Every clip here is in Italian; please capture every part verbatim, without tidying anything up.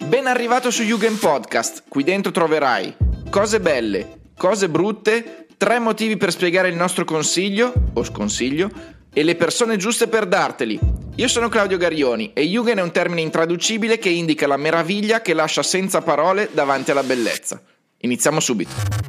Ben arrivato su Jugend Podcast. Qui dentro troverai cose belle, cose brutte, tre motivi per spiegare il nostro consiglio o sconsiglio e le persone giuste per darteli. Io sono Claudio Garioni e Jugend è un termine intraducibile che indica la meraviglia che lascia senza parole davanti alla bellezza. Iniziamo subito.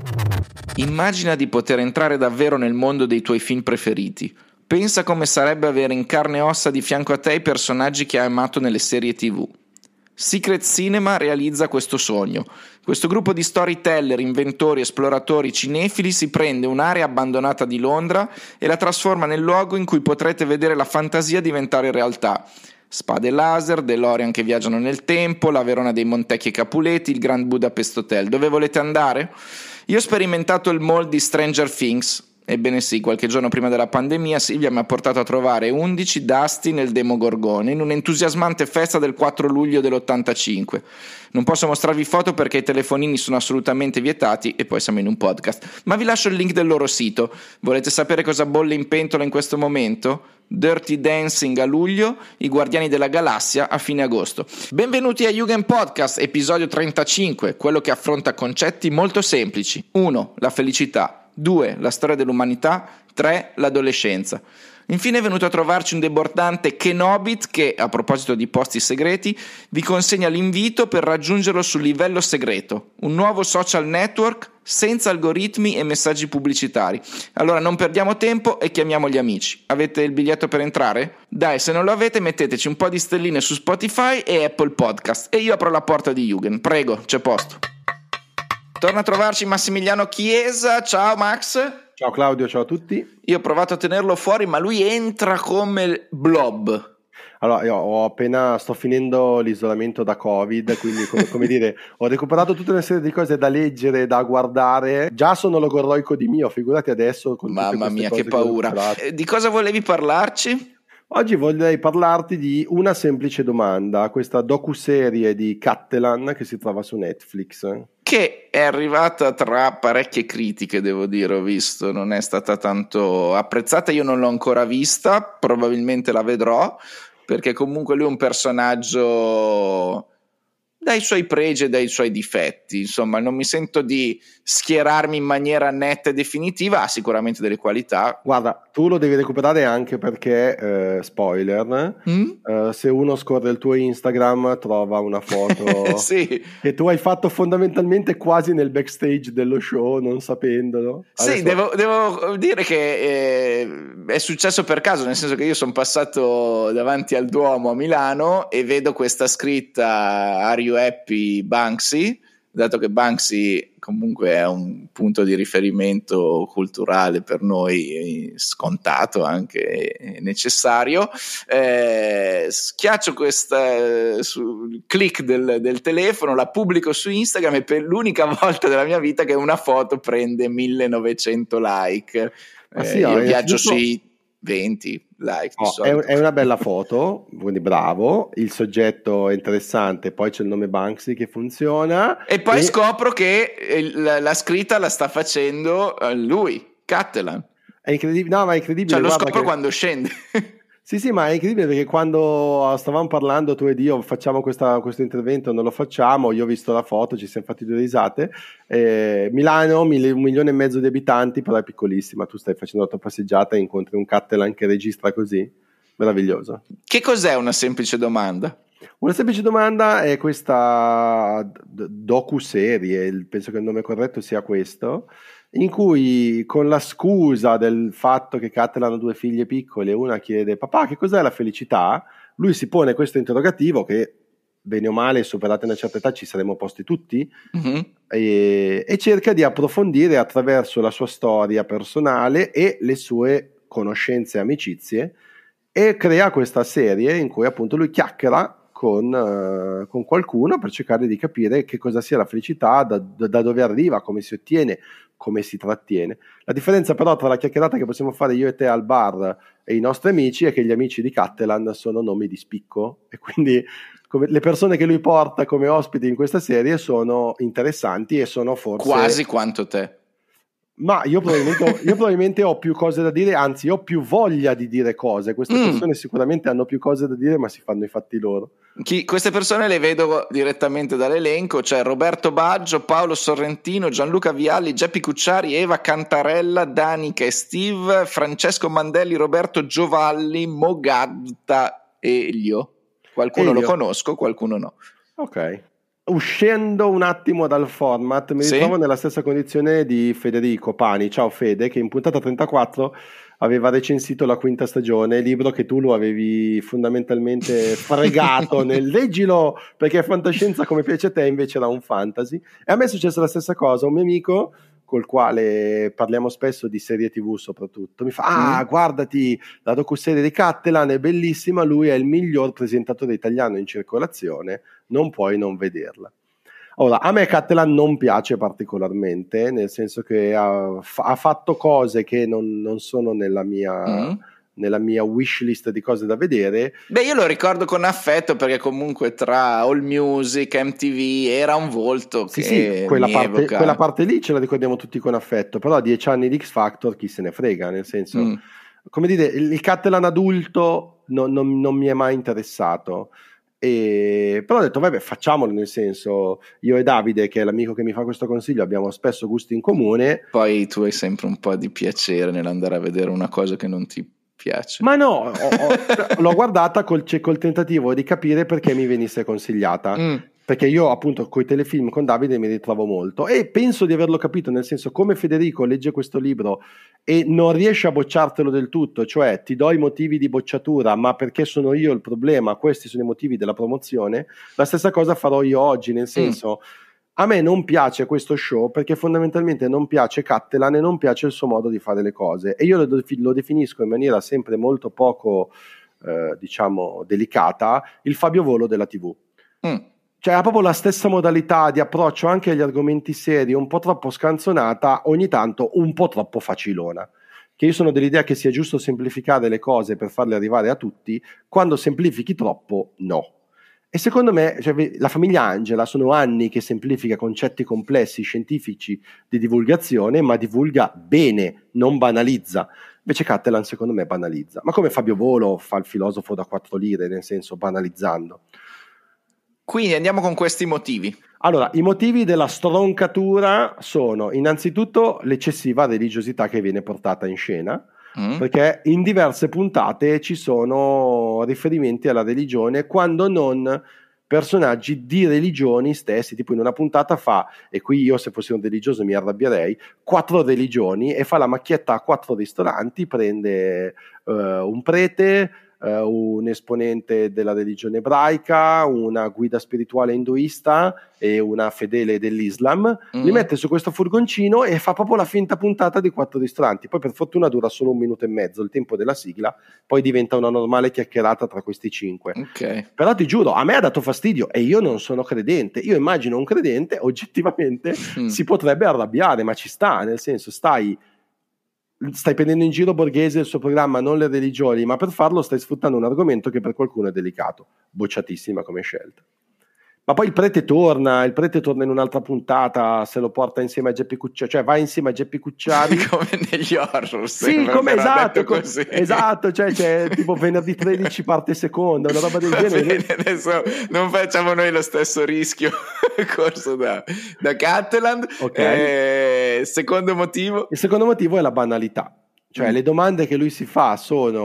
Immagina di poter entrare davvero nel mondo dei tuoi film preferiti. Pensa come sarebbe avere in carne e ossa di fianco a te i personaggi che hai amato nelle serie tivù. Secret Cinema realizza questo sogno. Questo gruppo di storyteller, inventori, esploratori, cinefili si prende un'area abbandonata di Londra e la trasforma nel luogo in cui potrete vedere la fantasia diventare realtà. Spade laser, DeLorean che viaggiano nel tempo, la Verona dei Montecchi e Capuleti, il Grand Budapest Hotel. Dove volete andare? Io ho sperimentato il mall di Stranger Things. Ebbene sì, qualche giorno prima della pandemia Silvia mi ha portato a trovare undici Dusty nel Demogorgone in un'entusiasmante festa del quattro luglio dell'ottantacinque. Non posso mostrarvi foto perché i telefonini sono assolutamente vietati e poi siamo in un podcast, ma vi lascio il link del loro sito. Volete sapere cosa bolle in pentola in questo momento? Dirty Dancing a luglio, i Guardiani della Galassia a fine agosto. Benvenuti a Jugend Podcast, episodio trentacinque, quello che affronta concetti molto semplici. uno. La felicità. due. La storia dell'umanità. tre. L'adolescenza. Infine è venuto a trovarci un debordante Kenobit che, a proposito di posti segreti, vi consegna l'invito per raggiungerlo sul livello segreto, un nuovo social network senza algoritmi e messaggi pubblicitari. Allora non perdiamo tempo e chiamiamo gli amici. Avete il biglietto per entrare? Dai, se non lo avete metteteci un po' di stelline su Spotify e Apple Podcast e io apro la porta di Jugend. Prego, c'è posto. Torna a trovarci Massimiliano Chiesa. Ciao Max. Ciao Claudio, ciao a tutti. Io ho provato a tenerlo fuori, ma lui entra come blob. Allora, io ho appena, sto finendo l'isolamento da Covid, quindi come, come dire, ho recuperato tutta una serie di cose da leggere, da guardare. Già sono logorroico di mio, figurati adesso con Mamma mia, che che paura. Eh, di cosa volevi parlarci? Oggi vorrei parlarti di una semplice domanda, questa docuserie di Catalan che si trova su Netflix. Che è arrivata tra parecchie critiche, devo dire, ho visto, non è stata tanto apprezzata, io non l'ho ancora vista, probabilmente la vedrò, perché comunque lui è un personaggio dai suoi pregi e dai suoi difetti, insomma non mi sento di schierarmi in maniera netta e definitiva, ha sicuramente delle qualità. Guarda, tu lo devi recuperare anche perché, eh, spoiler, mm? eh, se uno scorre il tuo Instagram trova una foto sì. che tu hai fatto fondamentalmente quasi nel backstage dello show, non sapendolo. Adesso... Sì, devo, devo dire che eh, è successo per caso, nel senso che io sono passato davanti al Duomo a Milano e vedo questa scritta Are you happy Banksy? Dato che Banksy comunque è un punto di riferimento culturale per noi scontato, anche necessario, eh, schiaccio questa sul click del, del telefono, la pubblico su Instagram e per l'unica volta della mia vita che una foto prende millenovecento like. Ah, sì, eh, io oh, viaggio tutto... sui venti like. Oh, è, è una bella foto, quindi bravo, il soggetto è interessante, poi c'è il nome Banksy che funziona e poi e... scopro che la, la scritta la sta facendo lui, Catalan. È incredibile, no ma è incredibile. Cioè lo scopro che... quando scende. Sì, sì, ma è incredibile perché quando stavamo parlando tu ed io facciamo questa, questo intervento, non lo facciamo, io ho visto la foto, ci siamo fatti due risate, eh, Milano, mille, un milione e mezzo di abitanti, però è piccolissima, tu stai facendo la tua passeggiata e incontri un Catalan che registra così, meraviglioso. Che cos'è una semplice domanda? Una semplice domanda è questa docuserie, penso che il nome corretto sia questo, in cui con la scusa del fatto che Catalan ha due figlie piccole, una chiede papà che cos'è la felicità, lui si pone questo interrogativo che bene o male superata una certa età ci saremmo posti tutti, mm-hmm. e, e cerca di approfondire attraverso la sua storia personale e le sue conoscenze e amicizie e crea questa serie in cui appunto lui chiacchiera con, uh, con qualcuno per cercare di capire che cosa sia la felicità, da, da, da dove arriva, come si ottiene, come si trattiene. La differenza però tra la chiacchierata che possiamo fare io e te al bar e i nostri amici è che gli amici di Catalan sono nomi di spicco e quindi come, le persone che lui porta come ospiti in questa serie sono interessanti e sono forse... Quasi quanto te. Ma io probabilmente, ho, io probabilmente ho più cose da dire, anzi ho più voglia di dire cose. Queste Mm. persone sicuramente hanno più cose da dire, ma si fanno i fatti loro. Chi, queste persone le vedo direttamente dall'elenco, cioè Roberto Baggio, Paolo Sorrentino, Gianluca Vialli, Geppi Cucciari, Eva Cantarella, Danica e Steve, Francesco Mandelli, Roberto Giovalli, Mogadda e Elio. Qualcuno Elio. lo conosco, qualcuno no. Ok. Uscendo un attimo dal format, mi Sì? ritrovo nella stessa condizione di Federico Pani. Ciao Fede, che in puntata trentaquattro aveva recensito la quinta stagione, libro che tu lo avevi fondamentalmente fregato nel leggilo perché è fantascienza come piace a te, invece era un fantasy. E a me è successa la stessa cosa. Un mio amico col quale parliamo spesso di serie tv soprattutto mi fa: ah, Mm. guardati la docuserie di Cattelan, è bellissima, lui è il miglior presentatore italiano in circolazione, non puoi non vederla. Ora, a me Cattelan non piace particolarmente, nel senso che ha, ha fatto cose che non, non sono nella mia, Mm. nella mia wish list di cose da vedere. Beh, io lo ricordo con affetto perché comunque tra All Music, M T V era un volto Sì, che sì, quella mi parte, evoca. quella parte lì ce la ricordiamo tutti con affetto, però a dieci anni di X Factor chi se ne frega, nel senso, Mm. come dire, il, il Cattelan adulto non, non, non mi è mai interessato. E, però ho detto vabbè, facciamolo, nel senso, io e Davide, che è l'amico che mi fa questo consiglio, abbiamo spesso gusti in comune. Poi tu hai sempre un po' di piacere nell'andare a vedere una cosa che non ti piace. Ma no, ho, ho, l'ho guardata col, col tentativo di capire perché mi venisse consigliata. Mm. Perché io appunto coi telefilm con Davide mi ritrovo molto e penso di averlo capito, nel senso, come Federico legge questo libro e non riesce a bocciartelo del tutto, cioè ti do i motivi di bocciatura ma perché sono io il problema, questi sono i motivi della promozione, la stessa cosa farò io oggi, nel senso, mm. a me non piace questo show perché fondamentalmente non piace Cattelan e non piace il suo modo di fare le cose e io lo, lo definisco in maniera sempre molto poco eh, diciamo delicata il Fabio Volo della tivù. Mm. Cioè ha proprio la stessa modalità di approccio anche agli argomenti seri, un po' troppo scanzonata, ogni tanto un po' troppo facilona. Che io sono dell'idea che sia giusto semplificare le cose per farle arrivare a tutti, quando semplifichi troppo, no. E secondo me, cioè, la famiglia Angela sono anni che semplifica concetti complessi scientifici di divulgazione, ma divulga bene, non banalizza. Invece Cattelan secondo me banalizza. Ma come Fabio Volo fa il filosofo da quattro lire, nel senso banalizzando. Quindi andiamo con questi motivi. Allora, i motivi della stroncatura sono innanzitutto l'eccessiva religiosità che viene portata in scena, mm. perché in diverse puntate ci sono riferimenti alla religione, quando non personaggi di religioni stessi, tipo in una puntata fa, e qui io se fossi un religioso mi arrabbierei, quattro religioni e fa la macchietta a quattro ristoranti, prende uh, un prete, Uh, un esponente della religione ebraica, una guida spirituale induista e una fedele dell'Islam, mm. li mette su questo furgoncino e fa proprio la finta puntata di quattro ristoranti. Poi per fortuna dura solo un minuto e mezzo, il tempo della sigla, poi diventa una normale chiacchierata tra questi cinque. Okay. Però ti giuro, a me ha dato fastidio e io non sono credente. Io immagino un credente, oggettivamente mm. si potrebbe arrabbiare, ma ci sta, nel senso stai... stai prendendo in giro Borghese e il suo programma, non le religioni, ma per farlo stai sfruttando un argomento che per qualcuno è delicato. Bocciatissima come scelta. Ma poi il prete torna, il prete torna in un'altra puntata, se lo porta insieme a Geppi Cucciari, cioè va insieme a Geppi Cucciari. Come negli horror. Sì, come esatto, così. esatto, cioè c'è tipo venerdì tredici parte seconda, una roba del genere. Bene, adesso non facciamo noi lo stesso rischio corso da, da Cattelan. Okay. Eh, secondo motivo? Il secondo motivo è la banalità. Cioè mm. le domande che lui si fa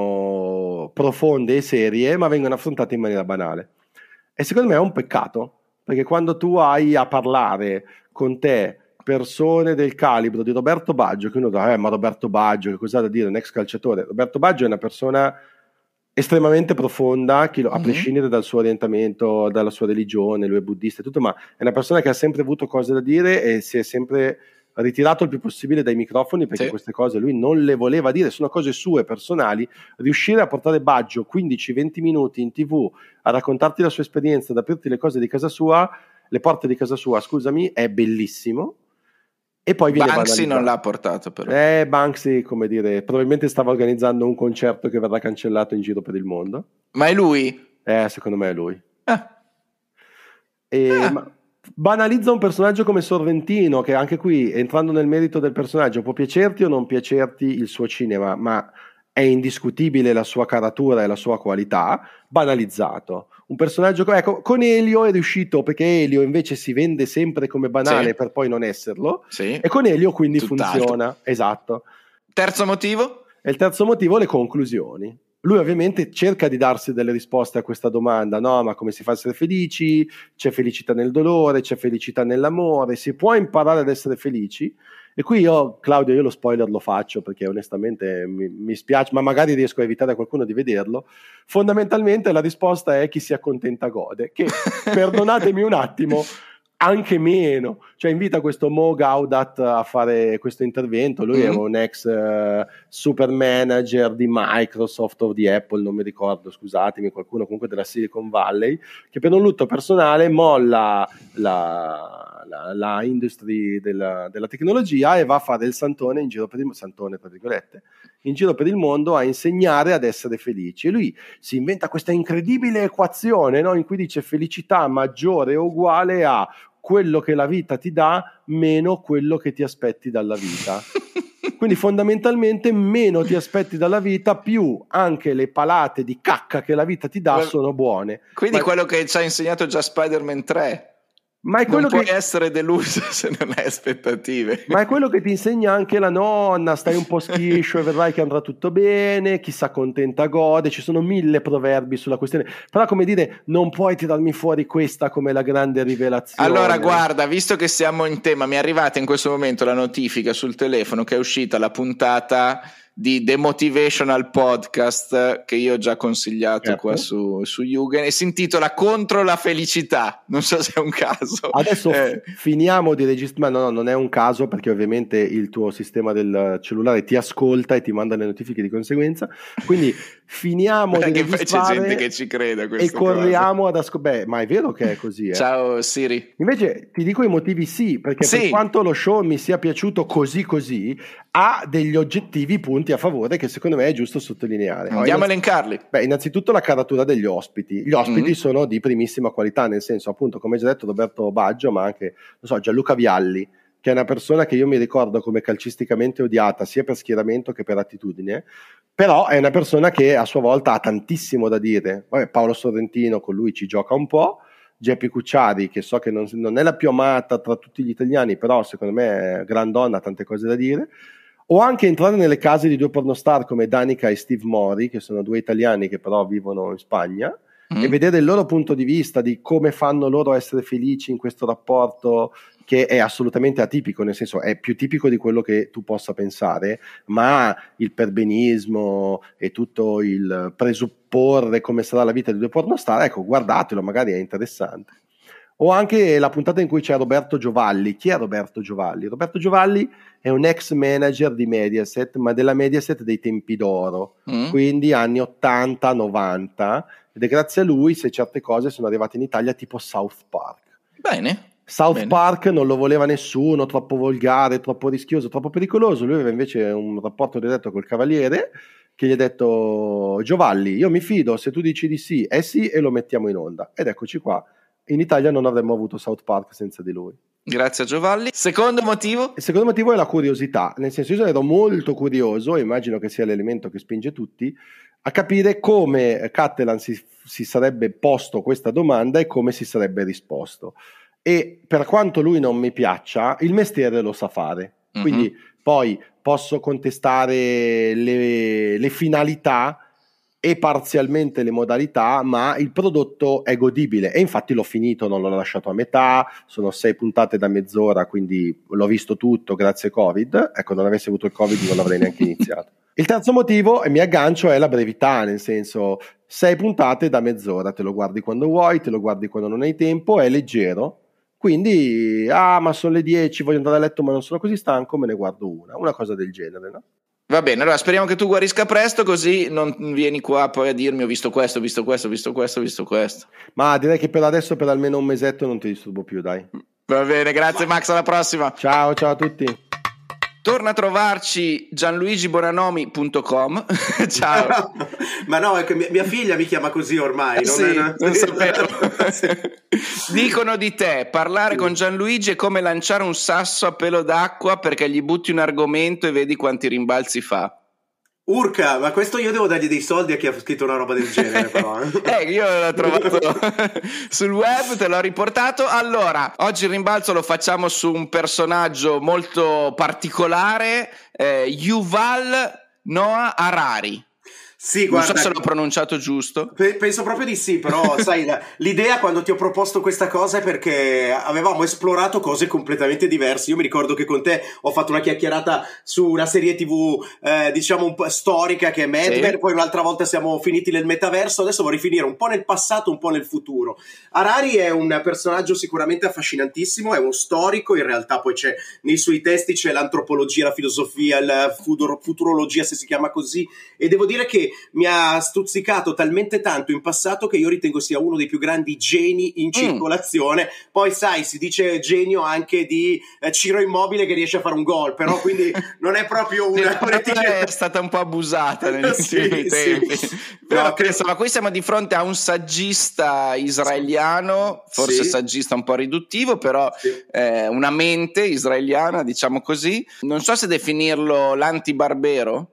sono profonde e serie, ma vengono affrontate in maniera banale. E secondo me è un peccato, perché quando tu hai a parlare con te persone del calibro di Roberto Baggio, che uno dice, eh, ma Roberto Baggio, che cosa ha da dire, un ex calciatore? Roberto Baggio è una persona estremamente profonda, a mm-hmm. prescindere dal suo orientamento, dalla sua religione, lui è buddista e tutto, ma è una persona che ha sempre avuto cose da dire e si è sempre ritirato il più possibile dai microfoni perché sì. queste cose lui non le voleva dire, sono cose sue personali. Riuscire a portare Baggio quindici venti minuti in tv a raccontarti la sua esperienza, ad aprirti le cose di casa sua, le porte di casa sua, scusami, è bellissimo. E poi viene Banksy non l'ha portato però. Eh, Banksy, come dire, probabilmente stava organizzando un concerto che verrà cancellato in giro per il mondo. Ma è lui? Eh, secondo me è lui. Ah. E, ah. ma banalizza un personaggio come Sorrentino, che anche qui, entrando nel merito del personaggio, può piacerti o non piacerti il suo cinema, ma è indiscutibile la sua caratura e la sua qualità. Banalizzato. Un personaggio, ecco, con Elio è riuscito, perché Elio invece si vende sempre come banale, sì, per poi non esserlo, sì, e con Elio quindi tutt'altro funziona. Esatto. Terzo motivo? E il terzo motivo, le conclusioni. Lui ovviamente cerca di darsi delle risposte a questa domanda, no, ma come si fa a essere felici? C'è felicità nel dolore, c'è felicità nell'amore, si può imparare ad essere felici? E qui io, Claudio, io lo spoiler lo faccio perché onestamente mi, mi spiace, ma magari riesco a evitare a qualcuno di vederlo. Fondamentalmente la risposta è: chi si accontenta gode, che, perdonatemi un attimo, anche meno, cioè invita questo Mo Gaudat a fare questo intervento. Lui mm-hmm. era un ex uh, super manager di Microsoft o di Apple, non mi ricordo, scusatemi, qualcuno comunque della Silicon Valley, che per un lutto personale molla la, la, la industry della, della tecnologia e va a fare il santone in giro per il santone, tra virgolette, in giro per il mondo a insegnare ad essere felici. E lui si inventa questa incredibile equazione, no? In cui dice felicità maggiore o uguale a quello che la vita ti dà meno quello che ti aspetti dalla vita. Quindi fondamentalmente meno ti aspetti dalla vita, più anche le palate di cacca che la vita ti dà sono buone. Quindi ma... quello che ci ha insegnato già Spider-Man tre. Ma è quello non puoi che... essere deluso se non hai aspettative. Ma è quello che ti insegna anche la nonna: stai un po' schiscio e vedrai che andrà tutto bene, chi s'accontenta gode. Ci sono mille proverbi sulla questione, però come dire, non puoi tirarmi fuori questa come la grande rivelazione. Allora guarda, visto che siamo in tema, mi è arrivata in questo momento la notifica sul telefono che è uscita la puntata di The Motivational Podcast che io ho già consigliato, certo, qua su, su Yugen, e si intitola Contro la felicità. Non so se è un caso. Adesso eh. finiamo di registrare. No, no, non è un caso, perché ovviamente il tuo sistema del cellulare ti ascolta e ti manda le notifiche di conseguenza. Quindi finiamo di registrare. C'è gente che ci crede a e corriamo cose. ad ascoltare. Beh, ma è vero che è così. Eh? Ciao Siri. Invece ti dico i motivi, sì, perché sì, per quanto lo show mi sia piaciuto così così, ha degli oggettivi punti a favore che secondo me è giusto sottolineare. Andiamo a elencarli. Beh, innanzitutto la caratura degli ospiti. Gli ospiti mm-hmm. sono di primissima qualità, nel senso, appunto, come già detto, Roberto Baggio, ma anche, non so, Gianluca Vialli, che è una persona che io mi ricordo come calcisticamente odiata sia per schieramento che per attitudine, però è una persona che a sua volta ha tantissimo da dire. Vabbè, Paolo Sorrentino, con lui ci gioca un po'. Geppi Cucciari, che so che non, non è la più amata tra tutti gli italiani, però secondo me è gran donna, ha tante cose da dire. O anche entrare nelle case di due pornostar come Danica e Steve Mori, che sono due italiani che però vivono in Spagna, mm. e vedere il loro punto di vista di come fanno loro a essere felici in questo rapporto che è assolutamente atipico, nel senso è più tipico di quello che tu possa pensare, ma il perbenismo e tutto il presupporre come sarà la vita di due pornostar, ecco, guardatelo, magari è interessante. O anche la puntata in cui c'è Roberto Giovalli. Chi è Roberto Giovalli? Roberto Giovalli è un ex manager di Mediaset, ma della Mediaset dei tempi d'oro, mm. quindi anni ottanta novanta, ed è grazie a lui se certe cose sono arrivate in Italia, tipo South Park. Bene. South Bene. Park non lo voleva nessuno, troppo volgare, troppo rischioso, troppo pericoloso. Lui aveva invece un rapporto diretto col Cavaliere, che gli ha detto: Giovalli, io mi fido, se tu dici di sì, è sì, e lo mettiamo in onda. Ed eccoci qua. In Italia non avremmo avuto South Park senza di lui. Grazie a Giovalli. Secondo motivo? Il secondo motivo è la curiosità, nel senso, io ero molto curioso, immagino che sia l'elemento che spinge tutti, a capire come Catalan si, si sarebbe posto questa domanda e come si sarebbe risposto. E per quanto lui non mi piaccia, il mestiere lo sa fare. Mm-hmm. Quindi poi posso contestare le, le finalità e parzialmente le modalità, ma il prodotto è godibile, e infatti l'ho finito, non l'ho lasciato a metà, sono sei puntate da mezz'ora, quindi l'ho visto tutto grazie Covid. Ecco, non avessi avuto il Covid non l'avrei neanche iniziato. Il terzo motivo, e mi aggancio, è la brevità, nel senso, sei puntate da mezz'ora, te lo guardi quando vuoi, te lo guardi quando non hai tempo, è leggero, quindi ah ma sono le dieci, voglio andare a letto ma non sono così stanco, me ne guardo una, una cosa del genere, no? Va bene, allora speriamo che tu guarisca presto, così non vieni qua poi a dirmi ho visto questo, ho visto questo, ho visto questo, ho visto questo. Ma direi che per adesso, per almeno un mesetto, non ti disturbo più, dai. Va bene, grazie Max, alla prossima. Ciao, ciao a tutti. Torna a trovarci gianluigi bonanomi punto com. Ciao. Ma no, è che mia, mia figlia mi chiama così ormai. Non, sì, è, non... non sapevo. Sì. Dicono di te, parlare con Gianluigi è come lanciare un sasso a pelo d'acqua perché gli butti un argomento e vedi quanti rimbalzi fa. Urca, ma questo io devo dargli dei soldi a chi ha scritto una roba del genere, però. eh, io l'ho trovato sul web, te l'ho riportato. Allora, oggi il rimbalzo lo facciamo su un personaggio molto particolare, eh, Yuval Noah Harari. Sì, guarda, non so se l'ho pronunciato giusto. Penso proprio di sì, però sai, l'idea quando ti ho proposto questa cosa è perché avevamo esplorato cose completamente diverse. Io mi ricordo che con te ho fatto una chiacchierata su una serie tv eh, diciamo un po' storica che è Mad Men, sì. Poi un'altra volta siamo finiti nel metaverso, adesso vorrei finire un po' nel passato, un po' nel futuro. Harari è un personaggio sicuramente affascinantissimo, è uno storico, in realtà poi c'è nei suoi testi c'è l'antropologia, la filosofia, la futurologia se si chiama così, e devo dire che mi ha stuzzicato talmente tanto in passato che io ritengo sia uno dei più grandi geni in circolazione. Mm. Poi sai, si dice genio anche di eh, Ciro Immobile che riesce a fare un gol, però quindi non è proprio una è stata un po' abusata negli ultimi sì, tempi. Sì. Però no, credo... insomma, qui siamo di fronte a un saggista israeliano, forse sì. saggista un po' riduttivo, però sì. eh, una mente israeliana, diciamo così. Non so se definirlo l'anti-Barbero.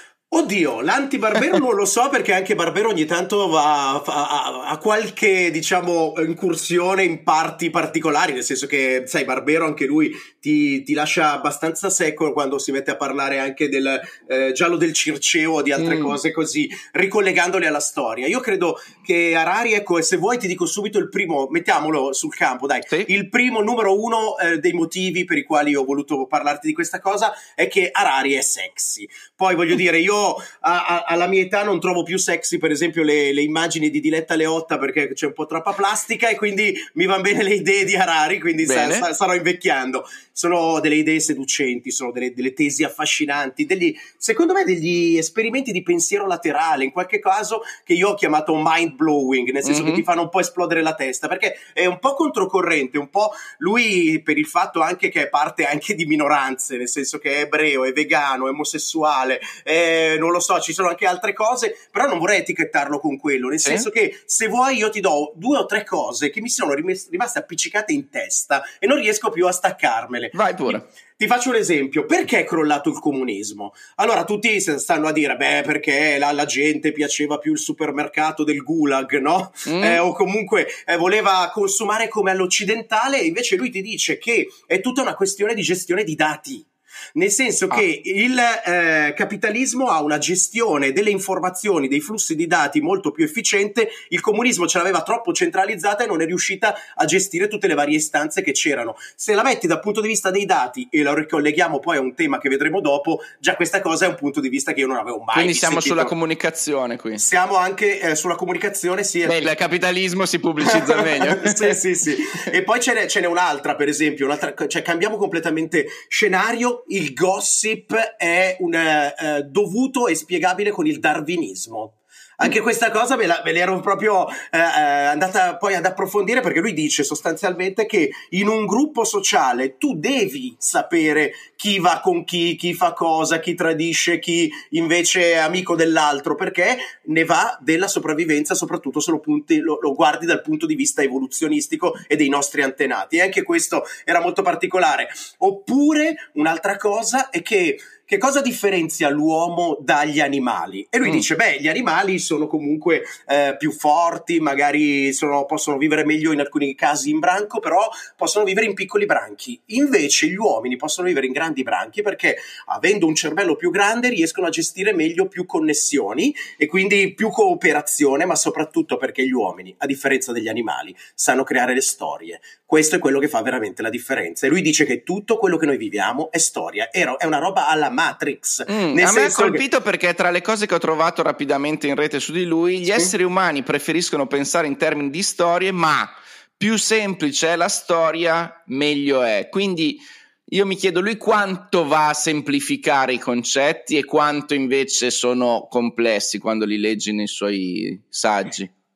Oddio, l'anti-Barbero non lo so, perché anche Barbero ogni tanto va a, a, a qualche, diciamo, incursione in parti particolari, nel senso che, sai, Barbero anche lui ti, ti lascia abbastanza secco quando si mette a parlare anche del eh, giallo del Circeo o di altre mm. cose così, ricollegandole alla storia. Io credo che Harari, ecco, e se vuoi ti dico subito il primo, mettiamolo sul campo, dai, sì. il primo, numero uno eh, dei motivi per i quali ho voluto parlarti di questa cosa è che Harari è sexy. Poi voglio dire, io A, a, alla mia età non trovo più sexy per esempio le, le immagini di Diletta Leotta perché c'è un po' troppa plastica, e quindi mi vanno bene le idee di Harari, quindi sa, sa, starò invecchiando. Sono delle idee seducenti, sono delle, delle tesi affascinanti, degli, secondo me degli esperimenti di pensiero laterale, in qualche caso che io ho chiamato mind blowing, nel senso mm-hmm. che ti fanno un po' esplodere la testa, perché è un po' controcorrente, un po' lui per il fatto anche che è parte anche di minoranze, nel senso che è ebreo, è vegano, è omosessuale, è non lo so, ci sono anche altre cose, però non vorrei etichettarlo con quello, nel sì. senso che se vuoi io ti do due o tre cose che mi sono rimaste appiccicate in testa e non riesco più a staccarmele. Vai pure. Ti faccio un esempio. Perché è crollato il comunismo? Allora tutti stanno a dire beh perché la, la gente piaceva più il supermercato del gulag, no? Mm. Eh, o comunque eh, voleva consumare come all'occidentale, e invece lui ti dice che è tutta una questione di gestione di dati. Nel senso ah. che il eh, capitalismo ha una gestione delle informazioni, dei flussi di dati molto più efficiente. Il comunismo ce l'aveva troppo centralizzata e non è riuscita a gestire tutte le varie istanze che c'erano. Se la metti dal punto di vista dei dati e la ricolleghiamo poi a un tema che vedremo dopo, già questa cosa è un punto di vista che io non avevo mai Quindi siamo sentito. Sulla comunicazione qui. Siamo anche eh, sulla comunicazione, sì. Beh, il capitalismo si pubblicizza meglio. sì, sì, sì. E poi ce n'è, ce n'è un'altra, per esempio, un'altra, cioè cambiamo completamente scenario. Il gossip è un, eh, dovuto e spiegabile con il darwinismo. Anche questa cosa me, la, me l'ero proprio eh, andata poi ad approfondire, perché lui dice sostanzialmente che in un gruppo sociale tu devi sapere chi va con chi, chi fa cosa, chi tradisce, chi invece è amico dell'altro, perché ne va della sopravvivenza, soprattutto se lo, punti, lo, lo guardi dal punto di vista evoluzionistico e dei nostri antenati. E anche questo era molto particolare. Oppure un'altra cosa è che che cosa differenzia l'uomo dagli animali? E lui mm. dice, beh, gli animali sono comunque eh, più forti, magari sono, possono vivere meglio in alcuni casi in branco, però possono vivere in piccoli branchi. Invece gli uomini possono vivere in grandi branchi perché, avendo un cervello più grande, riescono a gestire meglio più connessioni e quindi più cooperazione, ma soprattutto perché gli uomini, a differenza degli animali, sanno creare le storie. Questo è quello che fa veramente la differenza. E lui dice che tutto quello che noi viviamo è storia, è una roba alla Matrix. Mm, a me ha colpito che... perché tra le cose che ho trovato rapidamente in rete su di lui, gli sì. esseri umani preferiscono pensare in termini di storie, ma più semplice è la storia, meglio è. Quindi io mi chiedo lui quanto va a semplificare i concetti e quanto invece sono complessi quando li leggi nei suoi saggi.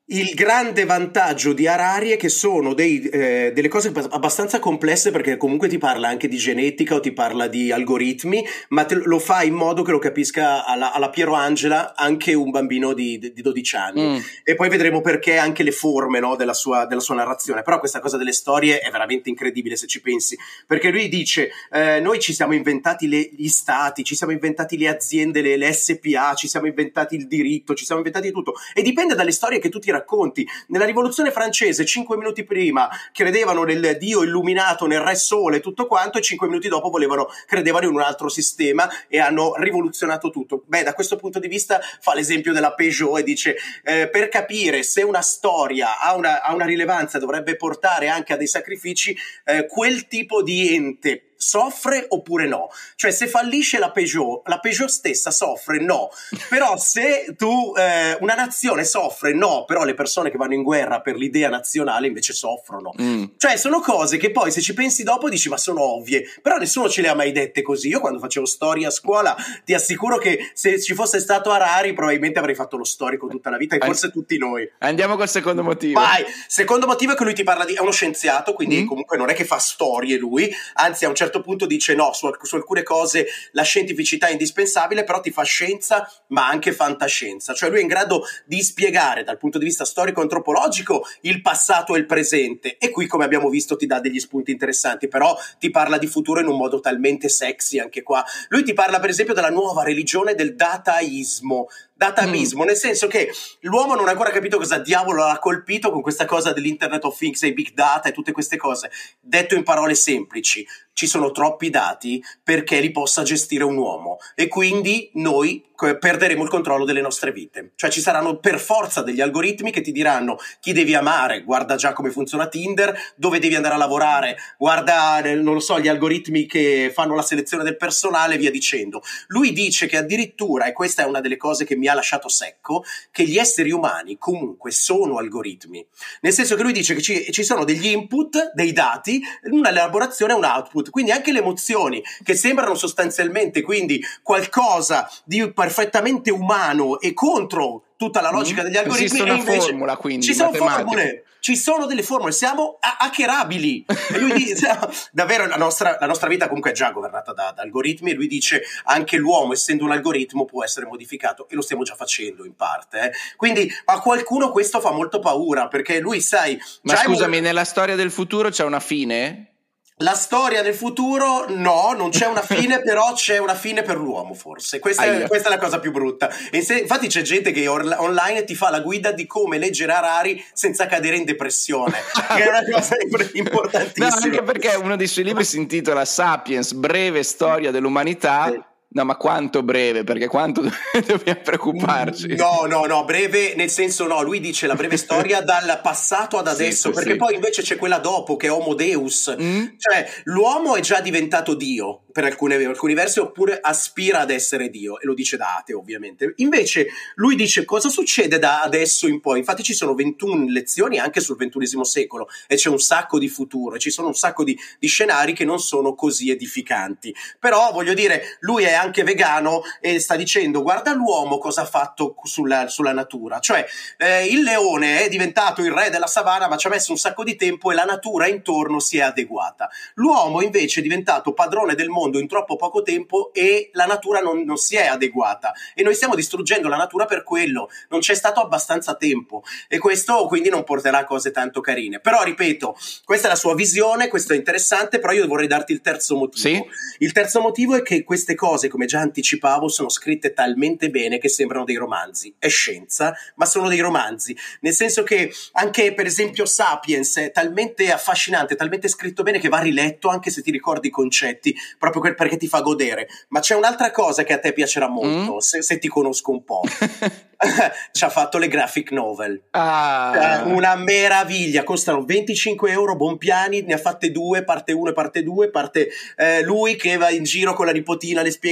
Il grande vantaggio di Harari è che sono dei, eh, delle cose abbastanza complesse, perché comunque ti parla anche di genetica o ti parla di algoritmi, ma te lo fa in modo che lo capisca alla, alla Piero Angela anche un bambino di, di dodici anni. Mm. E poi vedremo perché anche le forme, no, della sua, della sua narrazione. Però questa cosa delle storie è veramente incredibile se ci pensi, perché lui dice eh, noi ci siamo inventati le, gli stati, ci siamo inventati le aziende, le, le S P A, ci siamo inventati il diritto, ci siamo inventati tutto, e dipende dalle storie che tu ti racconti. Nella rivoluzione francese cinque minuti prima credevano nel dio illuminato, nel re sole, tutto quanto, e cinque minuti dopo volevano credevano in un altro sistema e hanno rivoluzionato tutto. Beh, da questo punto di vista fa l'esempio della Peugeot e dice eh, per capire se una storia ha una, ha una rilevanza, dovrebbe portare anche a dei sacrifici, eh, quel tipo di ente soffre oppure no? Cioè, se fallisce la Peugeot, la Peugeot stessa soffre? No. Però se tu eh, una nazione soffre? No. Però le persone che vanno in guerra per l'idea nazionale invece soffrono. Mm. Cioè, sono cose che poi se ci pensi dopo dici ma sono ovvie, però nessuno ce le ha mai dette così. Io quando facevo storia a scuola ti assicuro che se ci fosse stato Harari probabilmente avrei fatto lo storico tutta la vita, e forse tutti noi. Andiamo col secondo motivo. Vai. Secondo motivo è che lui ti parla di, è uno scienziato, quindi mm. comunque non è che fa storie lui, anzi a un certo punto dice no, su, su alcune cose la scientificità è indispensabile, però ti fa scienza ma anche fantascienza. Cioè lui è in grado di spiegare dal punto di vista storico-antropologico il passato e il presente, e qui come abbiamo visto ti dà degli spunti interessanti, però ti parla di futuro in un modo talmente sexy anche qua. Lui ti parla per esempio della nuova religione del dataismo. Datamismo, mm. nel senso che l'uomo non ha ancora capito cosa diavolo l'ha colpito con questa cosa dell'Internet of Things e i big data e tutte queste cose. Detto in parole semplici, ci sono troppi dati perché li possa gestire un uomo, e quindi noi perderemo il controllo delle nostre vite. Cioè ci saranno per forza degli algoritmi che ti diranno chi devi amare, guarda già come funziona Tinder, dove devi andare a lavorare, guarda, non lo so, gli algoritmi che fanno la selezione del personale, via dicendo. Lui dice che addirittura, e questa è una delle cose che mi ha lasciato secco, che gli esseri umani comunque sono algoritmi, nel senso che lui dice che ci, ci sono degli input, dei dati, un'elaborazione e un output, quindi anche le emozioni che sembrano sostanzialmente quindi qualcosa di perfettamente umano e contro tutta la logica mm. degli algoritmi. Esiste una invece formula, quindi ci sono formule, ci sono delle formule, siamo hackerabili. E lui dice, davvero la nostra, la nostra vita comunque è già governata da, da algoritmi, e lui dice anche l'uomo, essendo un algoritmo, può essere modificato, e lo stiamo già facendo in parte. Eh. Quindi a qualcuno questo fa molto paura, perché lui, sai... Ma scusami, un... nella storia del futuro c'è una fine? La storia del futuro no, non c'è una fine, però c'è una fine per l'uomo, forse. Questa è, questa è la cosa più brutta. E se, infatti c'è gente che or- online ti fa la guida di come leggere Harari senza cadere in depressione, che è una cosa importantissima. No, anche perché uno dei suoi libri si intitola Sapiens, breve storia dell'umanità. Sì. No, ma quanto breve? Perché quanto dobbiamo preoccuparci? No, no, no, breve nel senso no, lui dice la breve storia dal passato ad adesso, sì, perché sì. Poi invece c'è quella dopo che è Homo Deus, mm. Cioè l'uomo è già diventato Dio per alcune, alcuni versi, oppure aspira ad essere Dio, e lo dice da ateo ovviamente. Invece lui dice cosa succede da adesso in poi. Infatti ci sono ventuno lezioni anche sul ventunesimo secolo, e c'è un sacco di futuro, e ci sono un sacco di, di scenari che non sono così edificanti. Però voglio dire, lui è anche vegano e sta dicendo guarda l'uomo cosa ha fatto sulla, sulla natura. Cioè eh, il leone è diventato il re della savana, ma ci ha messo un sacco di tempo e la natura intorno si è adeguata. L'uomo invece è diventato padrone del mondo in troppo poco tempo e la natura non, non si è adeguata, e noi stiamo distruggendo la natura per quello, non c'è stato abbastanza tempo, e questo quindi non porterà a cose tanto carine. Però ripeto, questa è la sua visione, questo è interessante, però io vorrei darti il terzo motivo. Sì? Il terzo motivo è che queste cose, come già anticipavo, sono scritte talmente bene che sembrano dei romanzi. È scienza, ma sono dei romanzi, nel senso che anche per esempio Sapiens è talmente affascinante, talmente scritto bene che va riletto anche se ti ricordi i concetti, proprio perché ti fa godere. Ma c'è un'altra cosa che a te piacerà molto, mm? se, se ti conosco un po'. Ci ha fatto le graphic novel. Ah. Una meraviglia, costano venticinque euro, Bonpiani ne ha fatte due, parte uno e parte due, parte eh, lui che va in giro con la nipotina, le spiega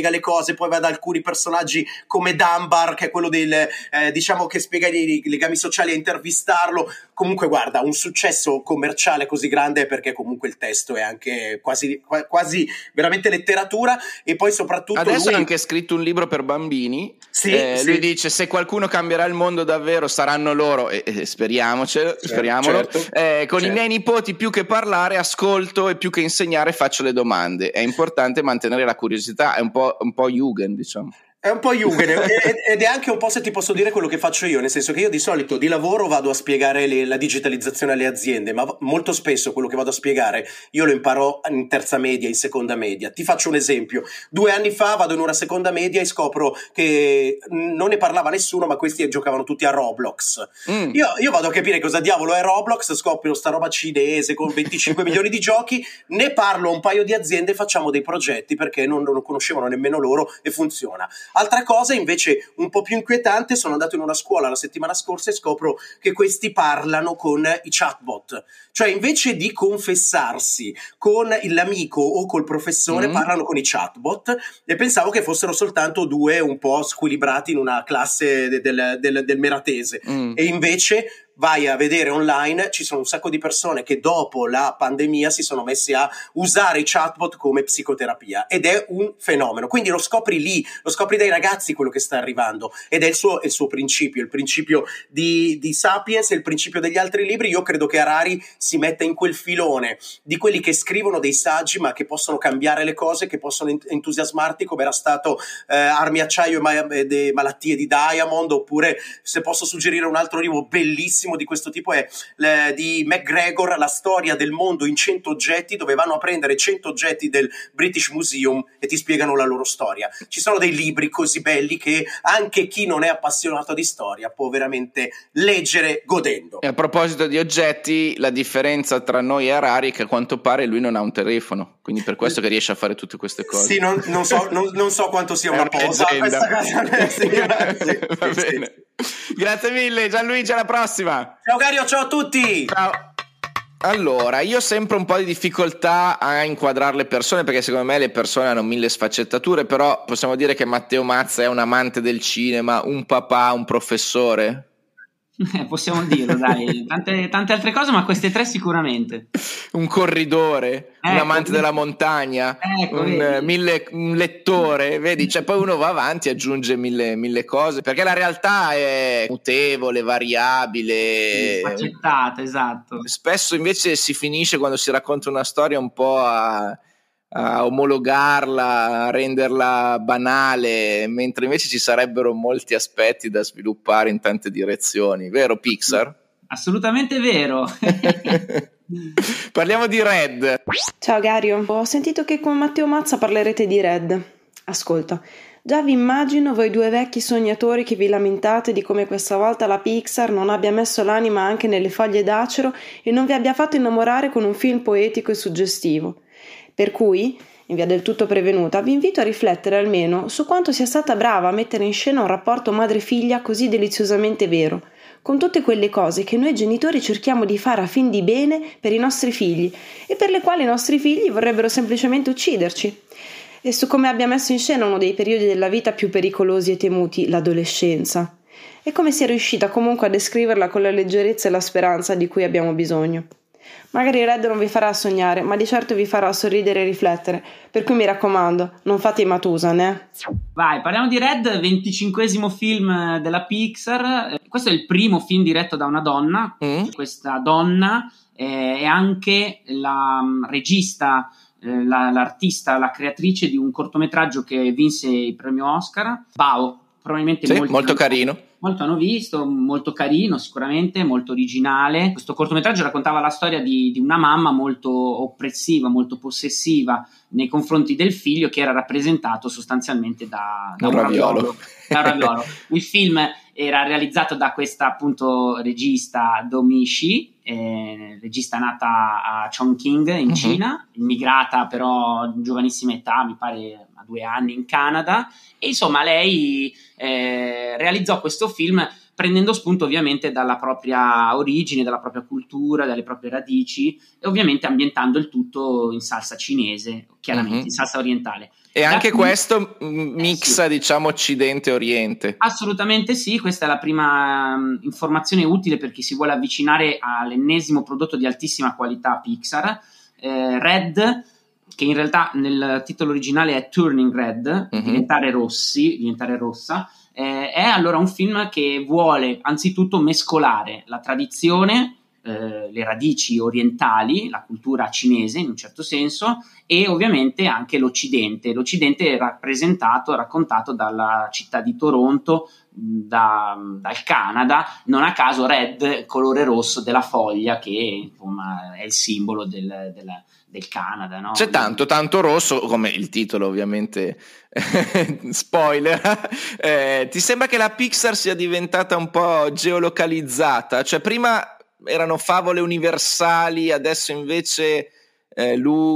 spiega le cose, poi va da alcuni personaggi come Dunbar, che è quello del eh, diciamo che spiega i, i legami sociali, a intervistarlo. Comunque guarda, un successo commerciale così grande perché comunque il testo è anche quasi, quasi veramente letteratura, e poi soprattutto adesso lui... ha anche scritto un libro per bambini. Sì, eh, sì. Lui dice: se qualcuno cambierà il mondo davvero saranno loro, e, e speriamocelo, certo, speriamolo. Certo, eh, con certo. i miei nipoti più che parlare ascolto, e più che insegnare faccio le domande. È importante mantenere la curiosità, è un po', un po' Jugend, diciamo. È un po' Jugend ed è anche un po', se ti posso dire, quello che faccio io, nel senso che io di solito di lavoro vado a spiegare le, la digitalizzazione alle aziende, ma molto spesso quello che vado a spiegare io lo imparo in terza media, in seconda media. Ti faccio un esempio: due anni fa vado in una seconda media e scopro che non ne parlava nessuno, ma questi giocavano tutti a Roblox. mm. io, io vado a capire cosa diavolo è Roblox, scopro sta roba cinese con venticinque milioni di giochi, ne parlo a un paio di aziende, facciamo dei progetti perché non, non lo conoscevano nemmeno loro e funziona. Altra cosa invece un po' più inquietante: sono andato in una scuola la settimana scorsa e scopro che questi parlano con i chatbot, cioè invece di confessarsi con l'amico o col professore mm. parlano con i chatbot, e pensavo che fossero soltanto due un po' squilibrati in una classe de- del, del, del meratese, mm. e invece vai a vedere online, ci sono un sacco di persone che dopo la pandemia si sono messi a usare i chatbot come psicoterapia, ed è un fenomeno. Quindi lo scopri lì, lo scopri dai ragazzi quello che sta arrivando, ed è il suo, il suo principio, il principio di, di Sapiens e il principio degli altri libri. Io credo che Harari si metta in quel filone di quelli che scrivono dei saggi ma che possono cambiare le cose, che possono entusiasmarti, come era stato eh, Armi, acciaio e, ma- e de- malattie di Diamond, oppure, se posso suggerire un altro libro bellissimo di questo tipo, è le, di McGregor, La storia del mondo in cento oggetti, dove vanno a prendere cento oggetti del British Museum e ti spiegano la loro storia. Ci sono dei libri così belli che anche chi non è appassionato di storia può veramente leggere godendo. E a proposito di oggetti, la differenza tra noi e Harari è che a quanto pare lui non ha un telefono, quindi per questo che riesce a fare tutte queste cose. Sì, non, non, so, non, non so quanto sia una posa questa cosa. Sì, grazie. Va sì, bene. Sì. Grazie mille Gianluigi, alla prossima. Ciao Gario, ciao a tutti. Ciao. Allora, io ho sempre un po' di difficoltà a inquadrare le persone, perché secondo me le persone hanno mille sfaccettature, però possiamo dire che Matteo Mazza è un amante del cinema, un papà, un professore? Eh, possiamo dirlo, dai, tante, tante altre cose, ma queste tre sicuramente. Un corridore, ecco, un amante vedi. della montagna, ecco, un, mille, un lettore, vedi, cioè poi uno va avanti e aggiunge mille, mille cose, perché la realtà è mutevole, variabile, sfaccettata, esatto. Spesso invece si finisce, quando si racconta una storia, un po' a a omologarla, a renderla banale, mentre invece ci sarebbero molti aspetti da sviluppare in tante direzioni, vero Pixar? Assolutamente vero. Parliamo di Red. Ciao Gario, ho sentito che con Matteo Mazza parlerete di Red. Ascolta, già vi immagino voi due vecchi sognatori che vi lamentate di come questa volta la Pixar non abbia messo l'anima anche nelle foglie d'acero e non vi abbia fatto innamorare con un film poetico e suggestivo. Per cui, in via del tutto prevenuta, vi invito a riflettere almeno su quanto sia stata brava a mettere in scena un rapporto madre-figlia così deliziosamente vero, con tutte quelle cose che noi genitori cerchiamo di fare a fin di bene per i nostri figli e per le quali i nostri figli vorrebbero semplicemente ucciderci. E su come abbia messo in scena uno dei periodi della vita più pericolosi e temuti, l'adolescenza. E come sia riuscita comunque a descriverla con la leggerezza e la speranza di cui abbiamo bisogno. Magari Red non vi farà sognare, ma di certo vi farà sorridere e riflettere, per cui mi raccomando, non fate i Matusan, eh? Vai, parliamo di Red, venticinquesimo film della Pixar. Questo è il primo film diretto da una donna. Mm. Questa donna eh, è anche la um, regista, eh, la, l'artista, la creatrice di un cortometraggio che vinse il premio Oscar, Bao. Probabilmente sì, molto, molto carino. Molto hanno visto, molto carino sicuramente, molto originale. Questo cortometraggio raccontava la storia di, di una mamma molto oppressiva, molto possessiva nei confronti del figlio, che era rappresentato sostanzialmente da, da un, un raviolo. raviolo. Da un raviolo. Il film era realizzato da questa appunto regista Domee Shi, eh, regista nata a Chongqing in uh-huh. Cina, immigrata però in giovanissima età, mi pare a due anni in Canada, e insomma lei eh, realizzò questo film prendendo spunto ovviamente dalla propria origine, dalla propria cultura, dalle proprie radici, e ovviamente ambientando il tutto in salsa cinese, chiaramente uh-huh. in salsa orientale. E anche qui, questo mixa, eh sì, diciamo, Occidente-Oriente. Assolutamente sì, questa è la prima um, informazione utile per chi si vuole avvicinare all'ennesimo prodotto di altissima qualità Pixar. Eh, Red, che in realtà nel titolo originale è Turning Red, mm-hmm. diventare rossi, diventare rossa, eh, è allora un film che vuole anzitutto mescolare la tradizione, eh, le radici orientali, la cultura cinese in un certo senso, e ovviamente anche l'Occidente. L'Occidente è rappresentato, raccontato dalla città di Toronto, da, dal Canada, non a caso Red, colore rosso della foglia, che insomma è il simbolo del, del, del Canada, no? C'è tanto, tanto rosso, come il titolo ovviamente spoiler. Eh, ti sembra che la Pixar sia diventata un po' geolocalizzata? Cioè prima erano favole universali, adesso invece eh,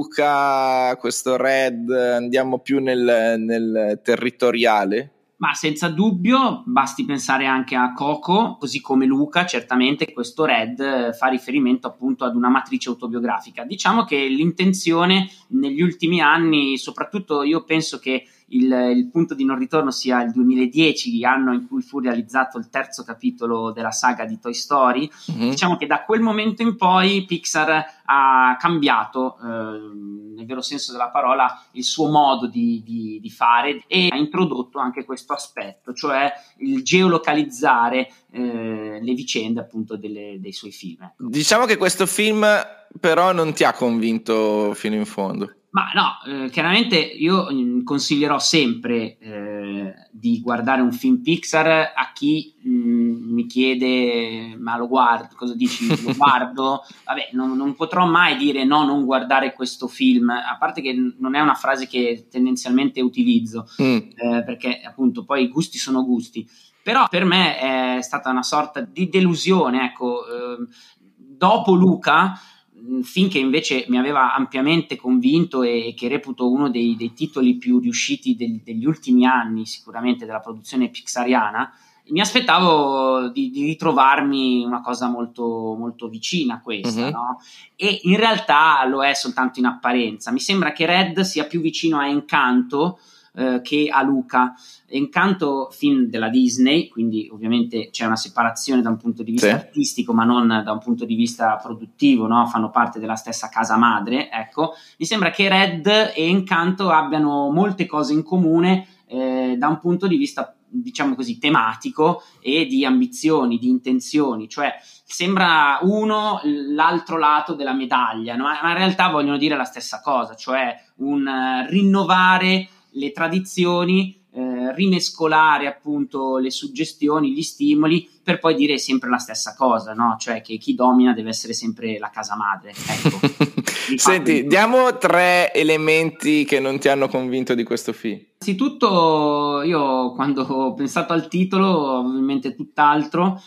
Luca, questo Red, andiamo più nel, nel territoriale? Ma senza dubbio, basti pensare anche a Coco, così come Luca. Certamente questo Red fa riferimento appunto ad una matrice autobiografica. Diciamo che l'intenzione negli ultimi anni, soprattutto io penso che il, il punto di non ritorno sia il duemiladieci, anno in cui fu realizzato il terzo capitolo della saga di Toy Story. Mm-hmm. Diciamo che da quel momento in poi Pixar ha cambiato, eh, nel vero senso della parola, il suo modo di, di, di fare, e ha introdotto anche questo aspetto, cioè il geolocalizzare eh, le vicende appunto delle, dei suoi film. Diciamo che questo film però non ti ha convinto fino in fondo. Ma no, eh, chiaramente io consiglierò sempre eh, di guardare un film Pixar a chi mh, mi chiede ma lo guardo, cosa dici, lo guardo? Vabbè, non, non potrò mai dire no, non guardare questo film, a parte che non è una frase che tendenzialmente utilizzo, mm. eh, perché appunto poi i gusti sono gusti, però per me è stata una sorta di delusione, ecco. Eh, dopo Luca, film che invece mi aveva ampiamente convinto e che reputo uno dei, dei titoli più riusciti del, degli ultimi anni, sicuramente della produzione pixariana, mi aspettavo di, di ritrovarmi una cosa molto, molto vicina a questa, mm-hmm. no? E in realtà lo è soltanto in apparenza. Mi sembra che Red sia più vicino a Encanto eh, che a Luca. Encanto, film della Disney, quindi ovviamente c'è una separazione da un punto di vista sì. artistico, ma non da un punto di vista produttivo, no? Fanno parte della stessa casa madre, ecco. Mi sembra che Red e Encanto abbiano molte cose in comune eh, da un punto di vista, diciamo così, tematico e di ambizioni, di intenzioni, cioè sembra uno l'altro lato della medaglia, no? Ma in realtà vogliono dire la stessa cosa, cioè un uh, rinnovare le tradizioni, Eh, rimescolare appunto le suggestioni, gli stimoli, per poi dire sempre la stessa cosa, no? Cioè che chi domina deve essere sempre la casa madre, ecco. Senti, fatto... diamo tre elementi che non ti hanno convinto di questo film. Innanzitutto io quando ho pensato al titolo avevo in mente tutt'altro,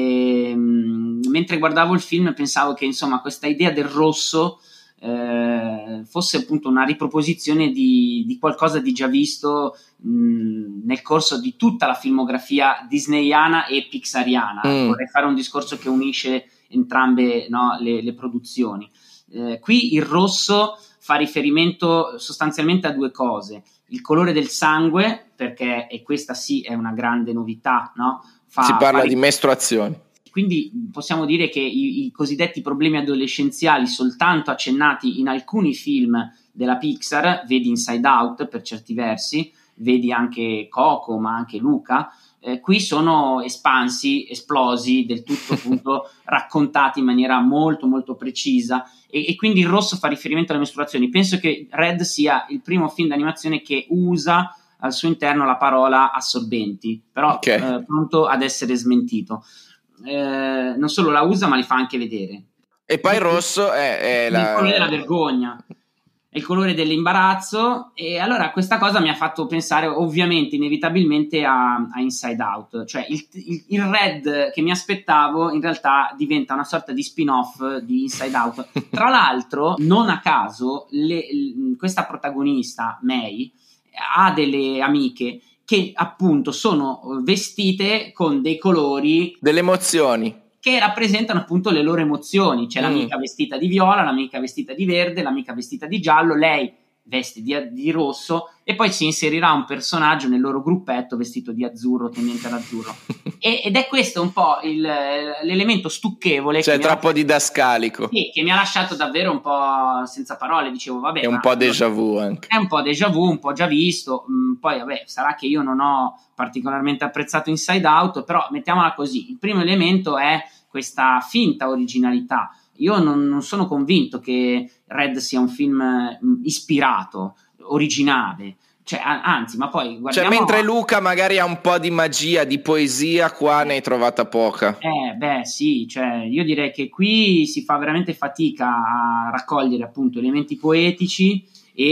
e mh, mentre guardavo il film pensavo che insomma questa idea del rosso Eh, fosse appunto una riproposizione di, di qualcosa di già visto mh, nel corso di tutta la filmografia disneyana e pixariana. Mm. Vorrei fare un discorso che unisce entrambe, no, le, le produzioni. Eh, qui il rosso fa riferimento sostanzialmente a due cose: il colore del sangue, perché, e questa sì è una grande novità, no? Fa, si parla fa di mestruazioni. Quindi possiamo dire che i, i cosiddetti problemi adolescenziali, soltanto accennati in alcuni film della Pixar, vedi Inside Out per certi versi, vedi anche Coco, ma anche Luca, eh, qui sono espansi, esplosi, del tutto appunto raccontati in maniera molto molto precisa, e, e quindi il rosso fa riferimento alle mestruazioni. Penso che Red sia il primo film d'animazione che usa al suo interno la parola assorbenti, però okay. eh, pronto ad essere smentito. Eh, non solo la usa ma li fa anche vedere, e poi il rosso è, è il la... colore della vergogna, è il colore dell'imbarazzo, e allora questa cosa mi ha fatto pensare ovviamente inevitabilmente a, a Inside Out, cioè il, il, il Red che mi aspettavo in realtà diventa una sorta di spin-off di Inside Out. Tra l'altro non a caso le, questa protagonista May ha delle amiche che appunto sono vestite con dei colori, delle emozioni che rappresentano appunto le loro emozioni. C'è mm. l'amica vestita di viola, l'amica vestita di verde, l'amica vestita di giallo, lei veste di, di rosso, e poi si inserirà un personaggio nel loro gruppetto vestito di azzurro, tendente all'azzurro. e, ed è questo un po' il, l'elemento stucchevole, cioè che troppo ha, didascalico, sì, che mi ha lasciato davvero un po' senza parole. Dicevo, vabbè, è un ma, po' déjà vu anche. È un po' déjà vu, un po' già visto. Mm, poi vabbè, sarà che io non ho particolarmente apprezzato Inside Out, però mettiamola così, il primo elemento è questa finta originalità. Io non, non sono convinto che Red sia un film mh, ispirato, originale, cioè, anzi, ma poi guardiamo... Cioè, mentre Luca magari ha un po' di magia, di poesia, qua ne hai trovata poca. Eh, beh, sì, cioè, io direi che qui si fa veramente fatica a raccogliere appunto elementi poetici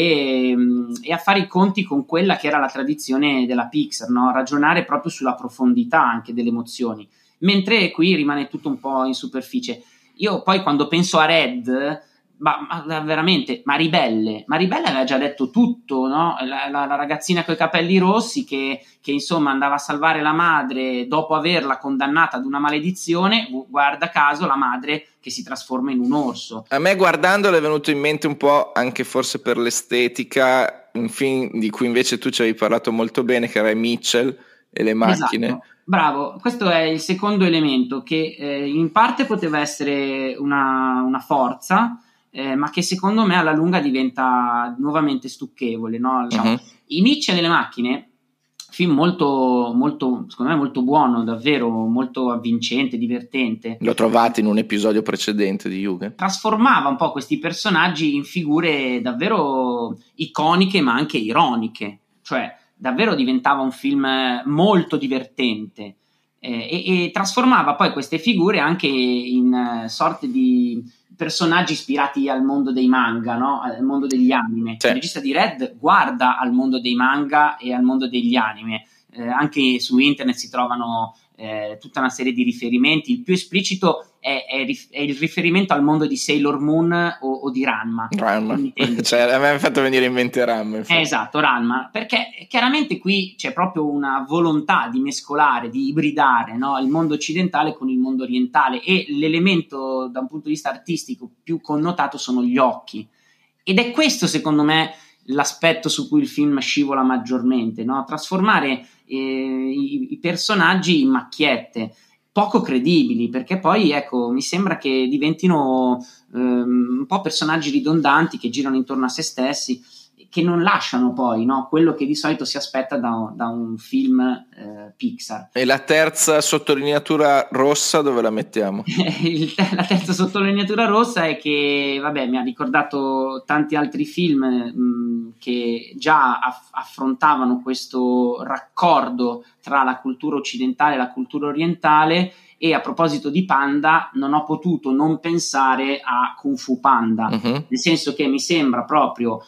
e, e a fare i conti con quella che era la tradizione della Pixar, no? Ragionare proprio sulla profondità anche delle emozioni, mentre qui rimane tutto un po' in superficie. Io poi quando penso a Red, ma, ma veramente, Maribelle, Maribelle aveva già detto tutto, no? La, la, la ragazzina con i capelli rossi che, che insomma andava a salvare la madre dopo averla condannata ad una maledizione, guarda caso la madre che si trasforma in un orso. A me guardandolo è venuto in mente un po', anche forse per l'estetica, un film di cui invece tu ci avevi parlato molto bene, che era Mitchell e le macchine. Esatto. Bravo, questo è il secondo elemento che eh, in parte poteva essere una, una forza, eh, ma che secondo me alla lunga diventa nuovamente stucchevole, no? Diciamo, uh-huh. I Mitchell e le macchine, film molto, molto, secondo me molto buono, davvero molto avvincente, divertente. L'ho trovato in un episodio precedente di Jugend. Trasformava un po' questi personaggi in figure davvero iconiche, ma anche ironiche, cioè davvero diventava un film molto divertente eh, e, e trasformava poi queste figure anche in uh, sorte di personaggi ispirati al mondo dei manga, no? Al mondo degli anime. Sì. Il regista di Red guarda al mondo dei manga e al mondo degli anime. Eh, anche su internet si trovano eh, tutta una serie di riferimenti. Il più esplicito è, è, è il riferimento al mondo di Sailor Moon o, o di Ranma. Ranma. Cioè, a me mi ha fatto venire in mente Ranma. Eh, esatto, Ranma, perché chiaramente qui c'è proprio una volontà di mescolare, di ibridare, no? Il mondo occidentale con il mondo orientale, e l'elemento da un punto di vista artistico più connotato sono gli occhi. Ed è questo, secondo me, l'aspetto su cui il film scivola maggiormente, no? Trasformare eh, i, i personaggi in macchiette poco credibili, perché poi ecco mi sembra che diventino um, un po' personaggi ridondanti che girano intorno a se stessi, che non lasciano poi, no, quello che di solito si aspetta da, da un film eh, Pixar. E la terza sottolineatura rossa dove la mettiamo? Il, la terza sottolineatura rossa è che vabbè, mi ha ricordato tanti altri film mh, che già aff- affrontavano questo raccordo tra la cultura occidentale e la cultura orientale. E a proposito di Panda, non ho potuto non pensare a Kung Fu Panda, uh-huh. Nel senso che mi sembra proprio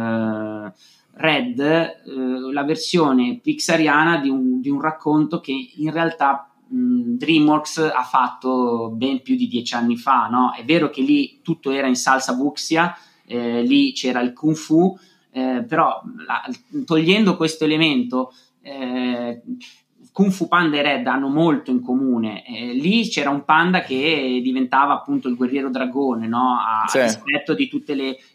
Uh, Red uh, la versione pixariana di un, di un racconto che in realtà mh, DreamWorks ha fatto ben più di dieci anni fa, no? È vero che lì tutto era in salsa wuxia, eh, lì c'era il Kung Fu, eh, però la, togliendo questo elemento eh, Kung Fu Panda e Red hanno molto in comune. Eh, lì c'era un panda che diventava appunto il guerriero dragone, no? A sì. rispetto di tutti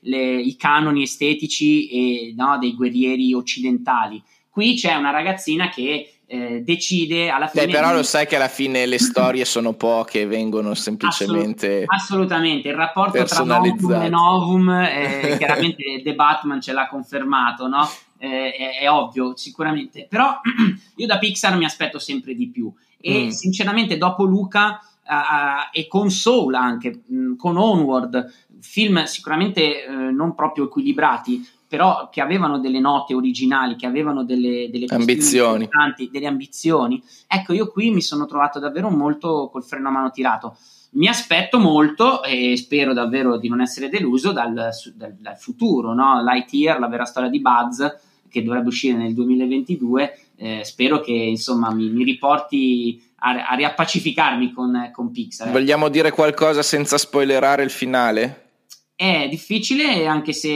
i canoni estetici e, no, dei guerrieri occidentali. Qui c'è una ragazzina che eh, decide alla fine. Beh, però di... lo sai che alla fine le storie sono poche, vengono semplicemente Assolut- assolutamente il rapporto tra Novum e Novum eh, chiaramente The Batman ce l'ha confermato, no? Eh, è, è ovvio sicuramente, però io da Pixar mi aspetto sempre di più e mm. sinceramente dopo Luca uh, e con Soul anche mh, con Onward, film sicuramente uh, non proprio equilibrati, però che avevano delle note originali, che avevano delle, delle ambizioni, delle ambizioni. Ecco, io qui mi sono trovato davvero molto col freno a mano tirato. Mi aspetto molto e spero davvero di non essere deluso dal, dal, dal futuro, no? Lightyear, la vera storia di Buzz, che dovrebbe uscire nel duemilaventidue. Eh, spero che insomma mi, mi riporti a, a riappacificarmi con, con Pixar. Vogliamo dire qualcosa senza spoilerare il finale? È difficile, anche se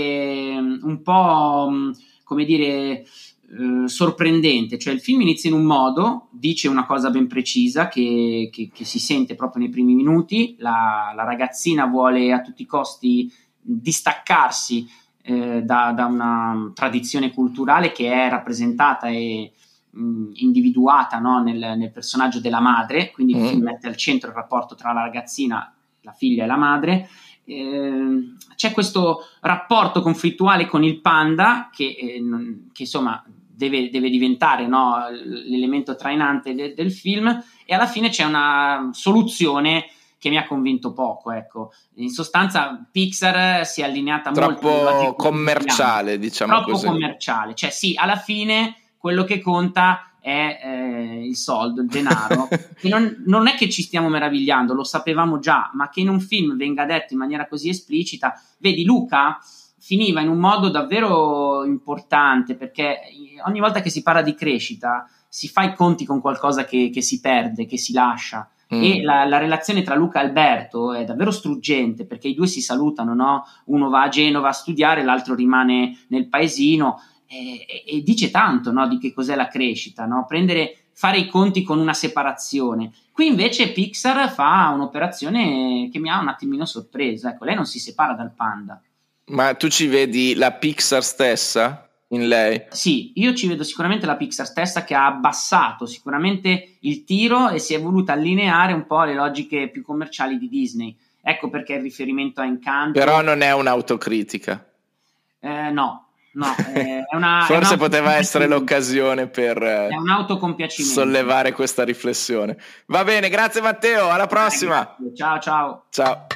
un po', come dire, eh, sorprendente. Cioè il film inizia in un modo, dice una cosa ben precisa che, che, che si sente proprio nei primi minuti. La, la ragazzina vuole a tutti i costi distaccarsi eh, da, da una tradizione culturale che è rappresentata e mh, individuata, no, nel, nel personaggio della madre, quindi mm. il film mette al centro il rapporto tra la ragazzina, la figlia e la madre. Eh, c'è questo rapporto conflittuale con il panda che, eh, non, che insomma deve, deve diventare, no, l'elemento trainante de, del film, e alla fine c'è una soluzione che mi ha convinto poco, ecco. In sostanza Pixar si è allineata troppo molto troppo commerciale, diciamo troppo così. commerciale, cioè sì, alla fine quello che conta è eh, il soldo, il denaro. E non, non è che ci stiamo meravigliando, lo sapevamo già, ma che in un film venga detto in maniera così esplicita. Vedi, Luca finiva in un modo davvero importante, perché ogni volta che si parla di crescita si fa i conti con qualcosa che, che si perde, che si lascia. Mm. E la, la relazione tra Luca e Alberto è davvero struggente, perché i due si salutano, no? Uno va a Genova a studiare, l'altro rimane nel paesino. E, e, e dice tanto, no, di che cos'è la crescita, no? Prendere, fare i conti con una separazione. Qui invece Pixar fa un'operazione che mi ha un attimino sorpreso. Ecco, lei non si separa dal panda. Ma tu ci vedi la Pixar stessa in lei? Sì, io ci vedo sicuramente la Pixar stessa, che ha abbassato sicuramente il tiro e si è voluta allineare un po' alle logiche più commerciali di Disney. Ecco perché il riferimento a Encanto. Però non è un'autocritica. Eh, no. No, è una, forse è poteva essere l'occasione per è un autocompiacimento. sollevare questa riflessione. Va bene, grazie Matteo, alla prossima. Eh, ciao ciao. Ciao.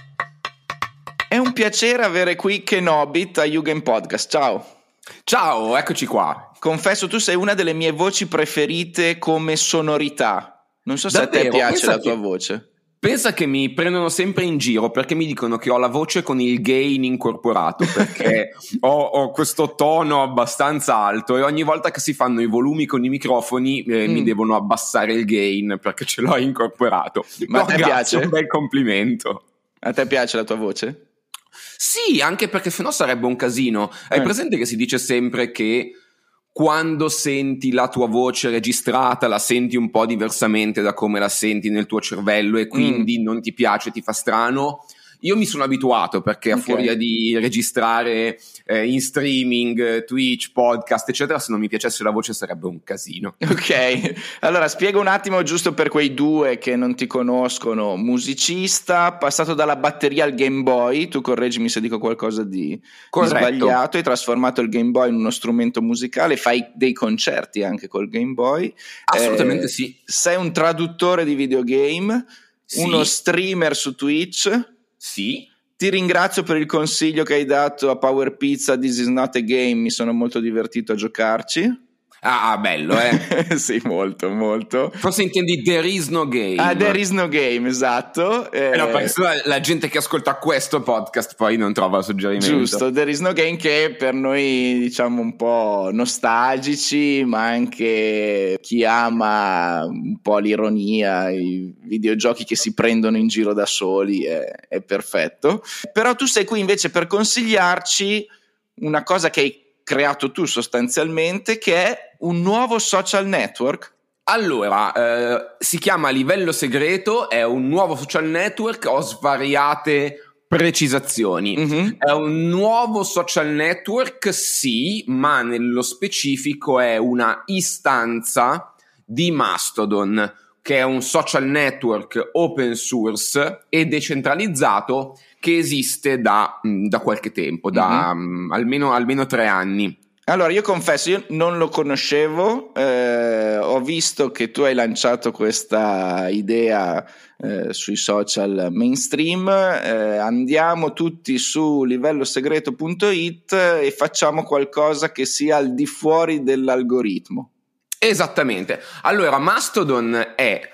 È un piacere avere qui Kenobit a Jugend Podcast. Ciao. Ciao, eccoci qua. Confesso, tu sei una delle mie voci preferite come sonorità. Non so se Davvero? A te piace Pensa la tua che... voce. Pensa che mi prendono sempre in giro perché mi dicono che ho la voce con il gain incorporato, perché ho, ho questo tono abbastanza alto e ogni volta che si fanno i volumi con i microfoni eh, mm. mi devono abbassare il gain perché ce l'ho incorporato. Ma no, a te grazie, piace? Un bel complimento. A te piace la tua voce? Sì, anche perché sennò sarebbe un casino. Hai eh. presente che si dice sempre che quando senti la tua voce registrata la senti un po' diversamente da come la senti nel tuo cervello e quindi mm. non ti piace, ti fa strano? Io mi sono abituato perché okay. a furia di registrare eh, in streaming, Twitch, podcast, eccetera, se non mi piacesse la voce sarebbe un casino. Ok, allora spiego un attimo giusto per quei due che non ti conoscono. Musicista, passato dalla batteria al Game Boy, tu correggimi se dico qualcosa di, di sbagliato, hai trasformato il Game Boy in uno strumento musicale, fai dei concerti anche col Game Boy. Assolutamente eh, sì. Sei un traduttore di videogame, sì. Uno streamer su Twitch. Sì. Ti ringrazio per il consiglio che hai dato a Power Pizza, This is not a game, mi sono molto divertito a giocarci. Ah, bello, eh? Sì, molto, molto. Forse intendi There is no game. Ah, There is no game, esatto. Eh, no, perché la, la gente che ascolta questo podcast poi non trova suggerimento. Giusto, There is no game, che per noi diciamo un po' nostalgici, ma anche chi ama un po' l'ironia, i videogiochi che si prendono in giro da soli, è, è perfetto. Però tu sei qui invece per consigliarci una cosa che hai creato tu sostanzialmente, che è un nuovo social network. Allora, eh, si chiama Livello Segreto, è un nuovo social network, ho svariate precisazioni. Mm-hmm. È un nuovo social network, sì, ma nello specifico è una istanza di Mastodon, che è un social network open source e decentralizzato che esiste da, da qualche tempo, da mm-hmm. um, almeno, almeno tre anni. Allora, io confesso, io non lo conoscevo, eh, ho visto che tu hai lanciato questa idea eh, sui social mainstream, eh, andiamo tutti su livellosegreto punto it e facciamo qualcosa che sia al di fuori dell'algoritmo. Esattamente. Allora, Mastodon è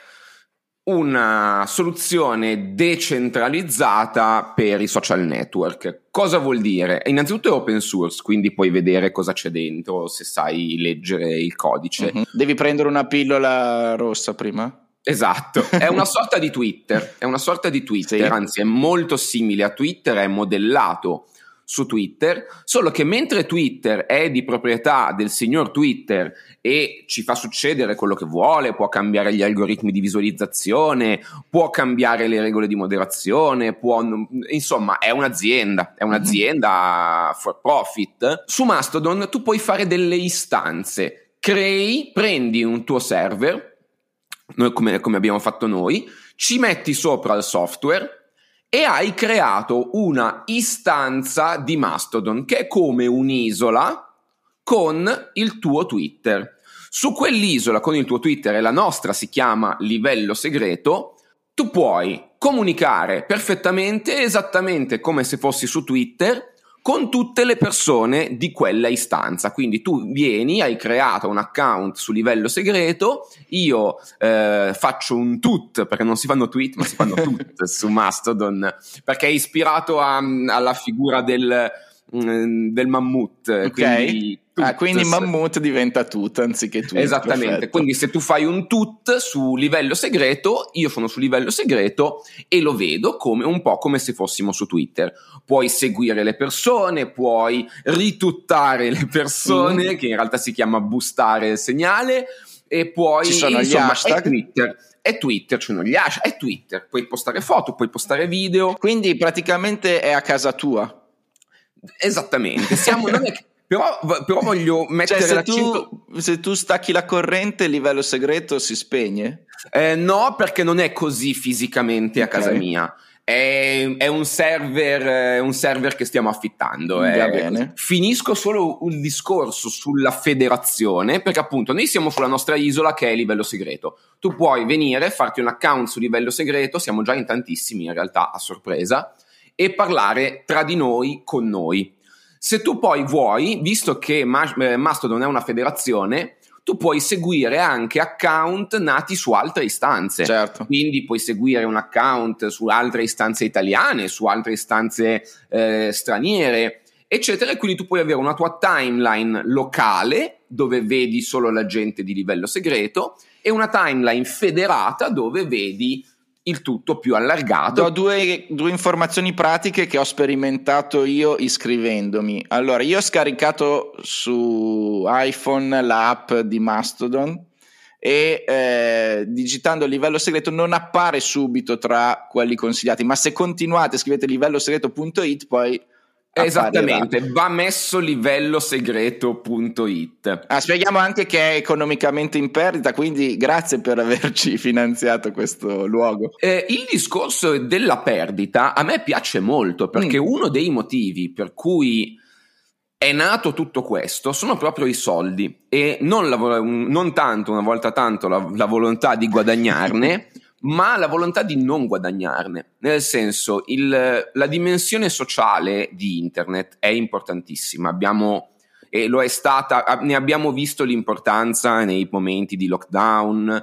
una soluzione decentralizzata per i social network. Cosa vuol dire? Innanzitutto è open source, quindi puoi vedere cosa c'è dentro se sai leggere il codice. Uh-huh. Devi prendere una pillola rossa prima? Esatto, è una sorta di Twitter, è una sorta di Twitter, sì. Anzi è molto simile a Twitter, è modellato su Twitter, solo che mentre Twitter è di proprietà del signor Twitter e ci fa succedere quello che vuole, può cambiare gli algoritmi di visualizzazione, può cambiare le regole di moderazione, può, insomma è un'azienda, è un'azienda for profit. Su Mastodon tu puoi fare delle istanze, crei, prendi un tuo server, noi come, come abbiamo fatto noi, ci metti sopra il software e hai creato una istanza di Mastodon che è come un'isola con il tuo Twitter. Su quell'isola con il tuo Twitter, e la nostra si chiama livello segreto, tu puoi comunicare perfettamente, esattamente come se fossi su Twitter, con tutte le persone di quella istanza. Quindi tu vieni, hai creato un account su livello segreto, io eh, faccio un tut, perché non si fanno tweet ma si fanno tut su Mastodon, perché è ispirato a, alla figura del, del mammut. Ok, quindi, ah, quindi mammut diventa tut anziché tweet. Esattamente, perfetto. Quindi se tu fai un tut su livello segreto, io sono su livello segreto e lo vedo come un po' come se fossimo su Twitter. Puoi seguire le persone, puoi rituttare le persone, mm. che in realtà si chiama boostare il segnale, e poi ci sono insomma, gli hashtag. È Twitter, è Twitter, ci sono gli hashtag, è Twitter, puoi postare foto, puoi postare video. Quindi praticamente è a casa tua. Esattamente, siamo non è che, però, però voglio mettere cioè, se, l'accento... tu, se tu stacchi la corrente, il livello segreto si spegne? Eh, no, perché non è così fisicamente a okay. casa mia. È, è un server, è un server che stiamo affittando. Va eh. bene. Finisco solo un discorso sulla federazione, perché appunto noi siamo sulla nostra isola che è livello segreto. Tu puoi venire, farti un account su livello segreto, siamo già in tantissimi in realtà a sorpresa, e parlare tra di noi con noi. Se tu poi vuoi, visto che Mastodon è una federazione, tu puoi seguire anche account nati su altre istanze. Certo. Quindi puoi seguire un account su altre istanze italiane, su altre istanze eh, straniere, eccetera. E quindi tu puoi avere una tua timeline locale dove vedi solo la gente di livello segreto e una timeline federata dove vedi il tutto più allargato. Do due, due informazioni pratiche che ho sperimentato io iscrivendomi. Allora, io ho scaricato su iPhone l'app di Mastodon e eh, digitando livello segreto non appare subito tra quelli consigliati, ma se continuate scrivete livello segreto punto it poi esattamente, va messo livello segreto punto it. Ah, spieghiamo anche che è economicamente in perdita, quindi grazie per averci finanziato questo luogo. Eh, il discorso della perdita a me piace molto, perché mm. uno dei motivi per cui è nato tutto questo sono proprio i soldi e non, la, non tanto una volta tanto la, la volontà di guadagnarne ma la volontà di non guadagnarne, nel senso il, la dimensione sociale di internet è importantissima, abbiamo e lo è stata, ne abbiamo visto l'importanza nei momenti di lockdown,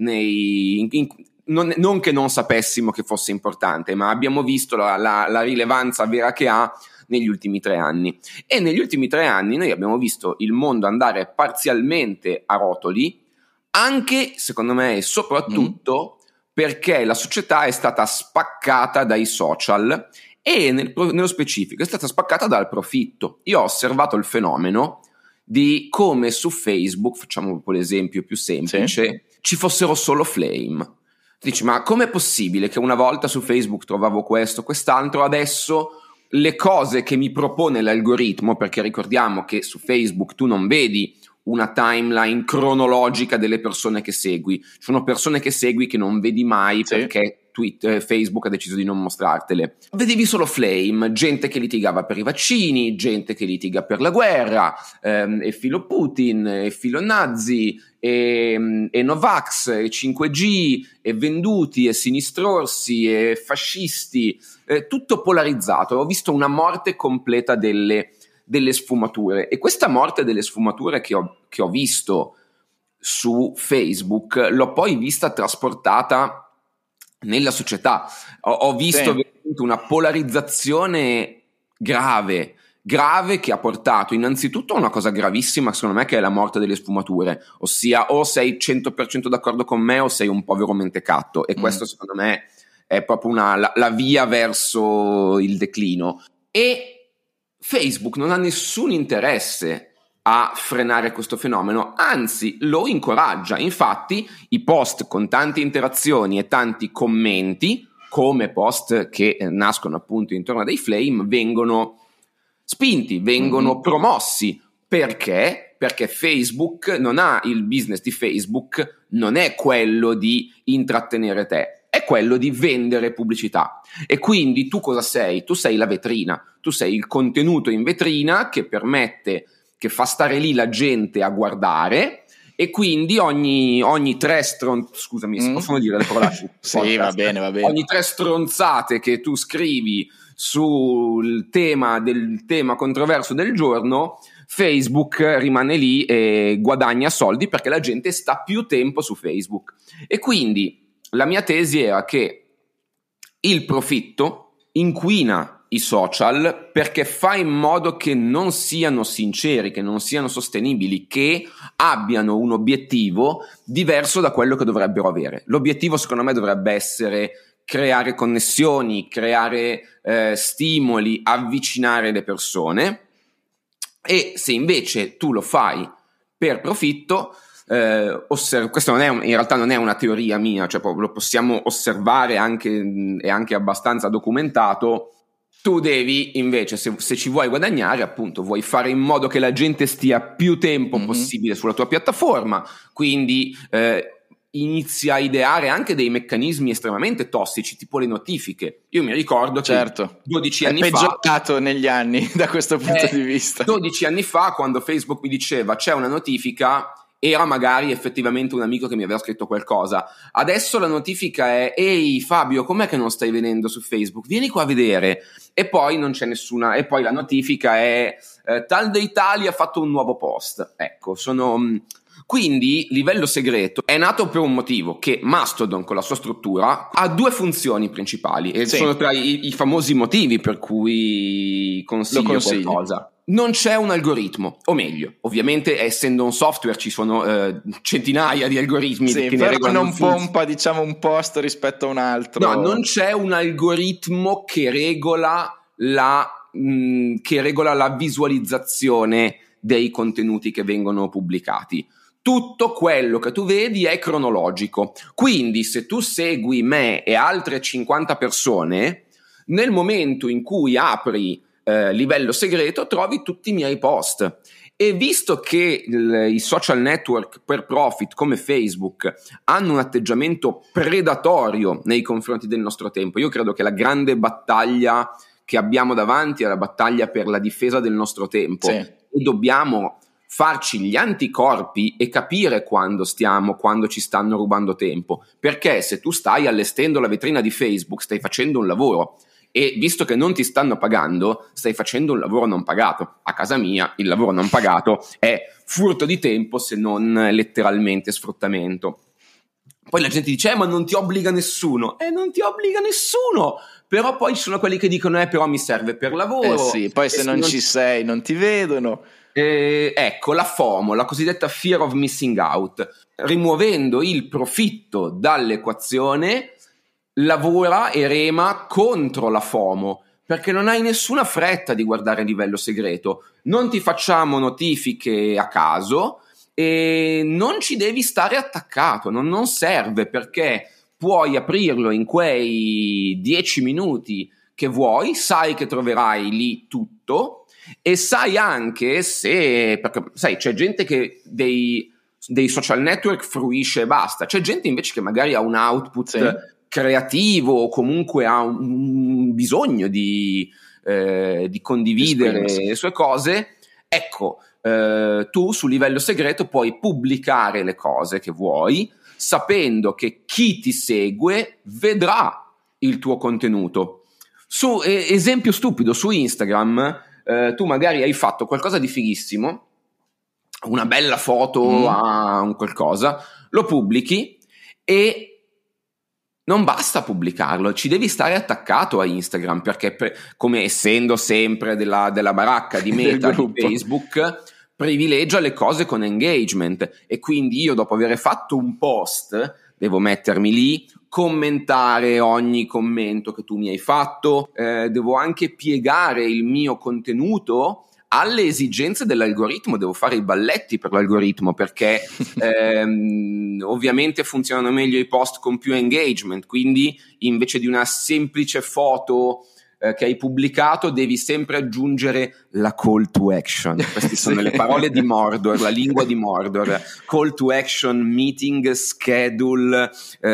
nei, in, in, non, non che non sapessimo che fosse importante, ma abbiamo visto la, la, la rilevanza vera che ha negli ultimi tre anni e negli ultimi tre anni noi abbiamo visto il mondo andare parzialmente a rotoli, anche secondo me e soprattutto mm. perché la società è stata spaccata dai social e nel, nello specifico è stata spaccata dal profitto. Io ho osservato il fenomeno di come su Facebook, facciamo un po' l'esempio più semplice, sì. ci fossero solo flame. Dici, ma com'è possibile che una volta su Facebook trovavo questo, quest'altro, adesso le cose che mi propone l'algoritmo, perché ricordiamo che su Facebook tu non vedi una timeline cronologica delle persone che segui, ci sono persone che segui che non vedi mai sì. perché Twitter, Facebook ha deciso di non mostrartele. Vedevi solo flame, gente che litigava per i vaccini, gente che litiga per la guerra, ehm, e filo Putin, e filo nazi, e, e Novax, e cinque G, e venduti, e sinistrorsi, e fascisti, eh, tutto polarizzato. Ho visto una morte completa delle delle sfumature e questa morte delle sfumature che ho, che ho visto su Facebook l'ho poi vista trasportata nella società. Ho, ho visto sì. una polarizzazione grave grave che ha portato innanzitutto a una cosa gravissima secondo me, che è la morte delle sfumature, ossia o sei cento per cento d'accordo con me o sei un povero mentecatto e mm. questo secondo me è proprio una, la, la via verso il declino. E Facebook non ha nessun interesse a frenare questo fenomeno, anzi lo incoraggia. Infatti i post con tante interazioni e tanti commenti, come post che nascono appunto intorno a dei flame, vengono spinti, vengono mm-hmm. promossi. Perché? Perché Facebook non ha, il business di Facebook non è quello di intrattenere te, è quello di vendere pubblicità. E quindi tu cosa sei? Tu sei la vetrina, tu sei il contenuto in vetrina che permette, che fa stare lì la gente a guardare, e quindi ogni, ogni tre stron... scusami, si mm. possono dire le parolacce? Sì, va bene, va bene. Ogni tre stronzate che tu scrivi sul tema del tema controverso del giorno, Facebook rimane lì e guadagna soldi perché la gente sta più tempo su Facebook. E quindi la mia tesi era che il profitto inquina i social perché fa in modo che non siano sinceri, che non siano sostenibili, che abbiano un obiettivo diverso da quello che dovrebbero avere. L'obiettivo secondo me dovrebbe essere creare connessioni, creare eh, stimoli, avvicinare le persone. E se invece tu lo fai per profitto, eh, osserv- questo non è un, in realtà non è una teoria mia, cioè lo possiamo osservare anche, è anche abbastanza documentato. Tu devi invece, se, se ci vuoi guadagnare, appunto, vuoi fare in modo che la gente stia più tempo mm-hmm. possibile sulla tua piattaforma, quindi eh, inizia a ideare anche dei meccanismi estremamente tossici, tipo le notifiche. Io mi ricordo certo. che dodici anni fa... È peggiorato fa, negli anni, da questo punto eh, di vista. dodici anni fa, quando Facebook mi diceva c'è una notifica, era magari effettivamente un amico che mi aveva scritto qualcosa. Adesso la notifica è: ehi Fabio, com'è che non stai venendo su Facebook? Vieni qua a vedere. E poi non c'è nessuna, e poi la notifica è eh, Tal da Italia ha fatto un nuovo post. Ecco, sono... Quindi livello segreto è nato per un motivo, che Mastodon con la sua struttura ha due funzioni principali e sì. sono tra i, i famosi motivi per cui consiglio qualcosa. Non c'è un algoritmo, o meglio, ovviamente essendo un software ci sono eh, centinaia di algoritmi sì, che ne regolano non pompa diciamo un post rispetto a un altro. No, non c'è un algoritmo che regola la mh, che regola la visualizzazione dei contenuti che vengono pubblicati. Tutto quello che tu vedi è cronologico, quindi se tu segui me e altre cinquanta persone, nel momento in cui apri eh, livello segreto trovi tutti i miei post. E visto che il, i social network per profit come Facebook hanno un atteggiamento predatorio nei confronti del nostro tempo, io credo che la grande battaglia che abbiamo davanti è la battaglia per la difesa del nostro tempo, sì. e dobbiamo farci gli anticorpi e capire quando stiamo, quando ci stanno rubando tempo, perché se tu stai allestendo la vetrina di Facebook stai facendo un lavoro, e visto che non ti stanno pagando stai facendo un lavoro non pagato. A casa mia il lavoro non pagato è furto di tempo, se non letteralmente sfruttamento. Poi la gente dice eh, ma non ti obbliga nessuno, e eh, non ti obbliga nessuno, però poi ci sono quelli che dicono eh però mi serve per lavoro, eh sì, poi se, se non, non ci sei non ti vedono. Eh, ecco, la FOMO, la cosiddetta fear of missing out, rimuovendo il profitto dall'equazione lavora e rema contro la FOMO, perché non hai nessuna fretta di guardare il livello segreto, non ti facciamo notifiche a caso e non ci devi stare attaccato, non, non serve, perché puoi aprirlo in quei dieci minuti che vuoi, sai che troverai lì tutto. E sai anche se, perché sai, c'è gente che dei, dei social network fruisce e basta, c'è gente invece che magari ha un output sì. creativo, o comunque ha un, un bisogno di, eh, di condividere le sue cose. Ecco, eh, tu sul livello segreto puoi pubblicare le cose che vuoi, sapendo che chi ti segue vedrà il tuo contenuto. Su, eh, esempio stupido, su Instagram Uh, tu magari hai fatto qualcosa di fighissimo, una bella foto mm. a un qualcosa, lo pubblichi e non basta pubblicarlo, ci devi stare attaccato a Instagram, perché per, come essendo sempre della, della baracca di Meta di Facebook, privilegia le cose con engagement, e quindi io dopo aver fatto un post devo mettermi lì, commentare ogni commento che tu mi hai fatto, eh, devo anche piegare il mio contenuto alle esigenze dell'algoritmo, devo fare i balletti per l'algoritmo, perché ehm, ovviamente funzionano meglio i post con più engagement, quindi invece di una semplice foto eh, che hai pubblicato devi sempre aggiungere la call to action. Queste sono le parole di Mordor, la lingua di Mordor: call to action, meeting, schedule,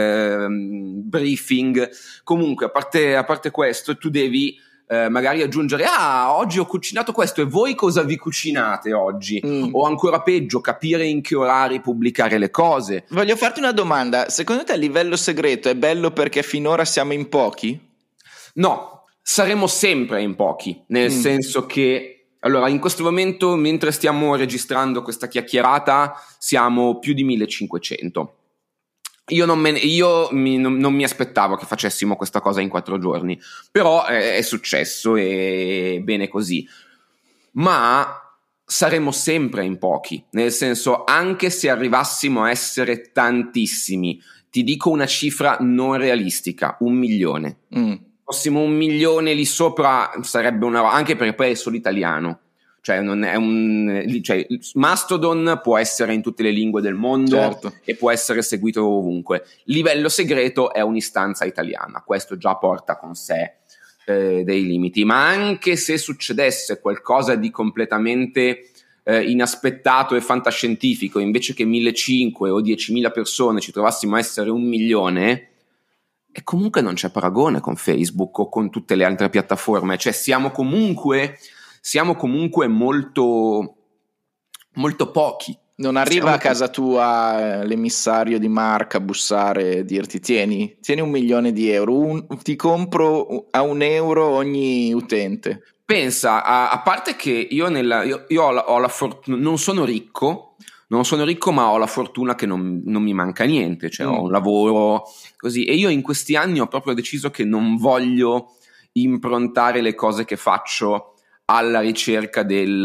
ehm, briefing. Comunque, a parte, a parte questo, tu devi Eh, magari aggiungere: ah, oggi ho cucinato questo, e voi cosa vi cucinate oggi? Mm. O ancora peggio, capire in che orari pubblicare le cose. Voglio farti una domanda: secondo te il livello segreto è bello perché finora siamo in pochi? No, saremo sempre in pochi, nel mm. senso che, allora, in questo momento, mentre stiamo registrando questa chiacchierata, siamo più di millecinquecento. Io, non, me, io mi, non, non mi aspettavo che facessimo questa cosa in quattro giorni, però è, è successo e bene così. Ma saremo sempre in pochi, nel senso, anche se arrivassimo a essere tantissimi, ti dico una cifra non realistica: un milione. Mm. Fossimo un milione lì sopra sarebbe una, anche perché poi è solo italiano. Cioè, non è un, cioè, Mastodon può essere in tutte le lingue del mondo, certo, e può essere seguito ovunque. Livello segreto è un'istanza italiana, questo già porta con sé eh, dei limiti. Ma anche se succedesse qualcosa di completamente eh, inaspettato e fantascientifico, invece che millecinquecento o diecimila persone ci trovassimo a essere un milione, e comunque non c'è paragone con Facebook o con tutte le altre piattaforme. Cioè, siamo comunque Siamo comunque molto, molto pochi. Non arriva Siamo a casa tua l'emissario di Mark a bussare e dirti: tieni, tieni un milione di euro, un, ti compro a un euro ogni utente. Pensa, a, a parte che io, nella, io, io ho la, ho la fortuna, non sono ricco, non sono ricco, ma ho la fortuna che non, non mi manca niente, cioè mm. ho un lavoro così, e io in questi anni ho proprio deciso che non voglio improntare le cose che faccio alla ricerca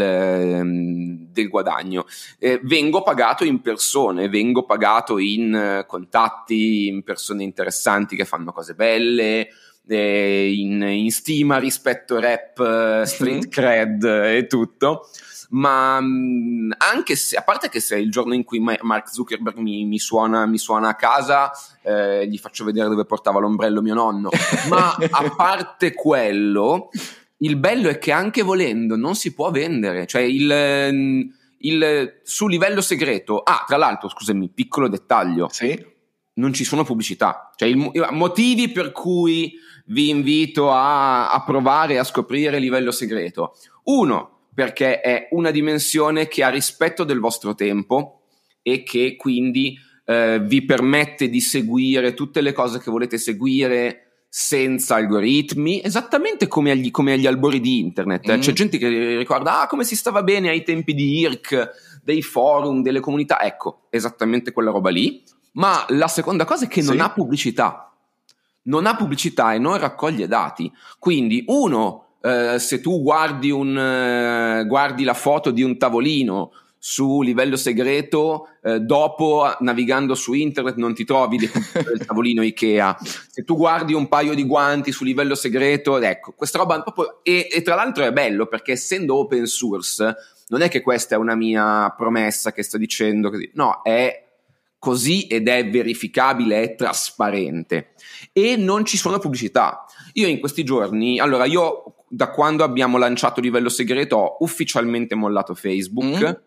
del, del guadagno. Eh, vengo pagato in persone, vengo pagato in uh, contatti, in persone interessanti che fanno cose belle, eh, in, in stima, rispetto, rap, street cred e tutto. Ma mh, anche se, a parte che se il giorno in cui Mark Zuckerberg mi, mi, suona, mi suona a casa, eh, gli faccio vedere dove portava l'ombrello mio nonno, ma a parte quello, il bello è che anche volendo non si può vendere, cioè il, il su livello segreto. Ah, tra l'altro, scusami, piccolo dettaglio, sì? Non ci sono pubblicità, cioè i motivi per cui vi invito a, a provare a scoprire livello segreto: uno, perché è una dimensione che ha rispetto del vostro tempo e che quindi eh, vi permette di seguire tutte le cose che volete seguire senza algoritmi, esattamente come agli, come agli albori di internet. Mm. C'è gente che ricorda ah come si stava bene ai tempi di I R C, dei forum, delle comunità. Ecco, esattamente quella roba lì. Ma la seconda cosa è che sì, non ha pubblicità, non ha pubblicità e non raccoglie dati. Quindi uno, eh, se tu guardi un eh, guardi la foto di un tavolino su livello segreto, eh, dopo navigando su internet non ti trovi del tavolino Ikea. Se tu guardi un paio di guanti su livello segreto, ecco, questa roba proprio, e, e tra l'altro è bello perché essendo open source non è che questa è una mia promessa che sto dicendo così, no, è così ed è verificabile, è trasparente e non ci sono pubblicità. Io in questi giorni, allora io da quando abbiamo lanciato livello segreto ho ufficialmente mollato Facebook, mm.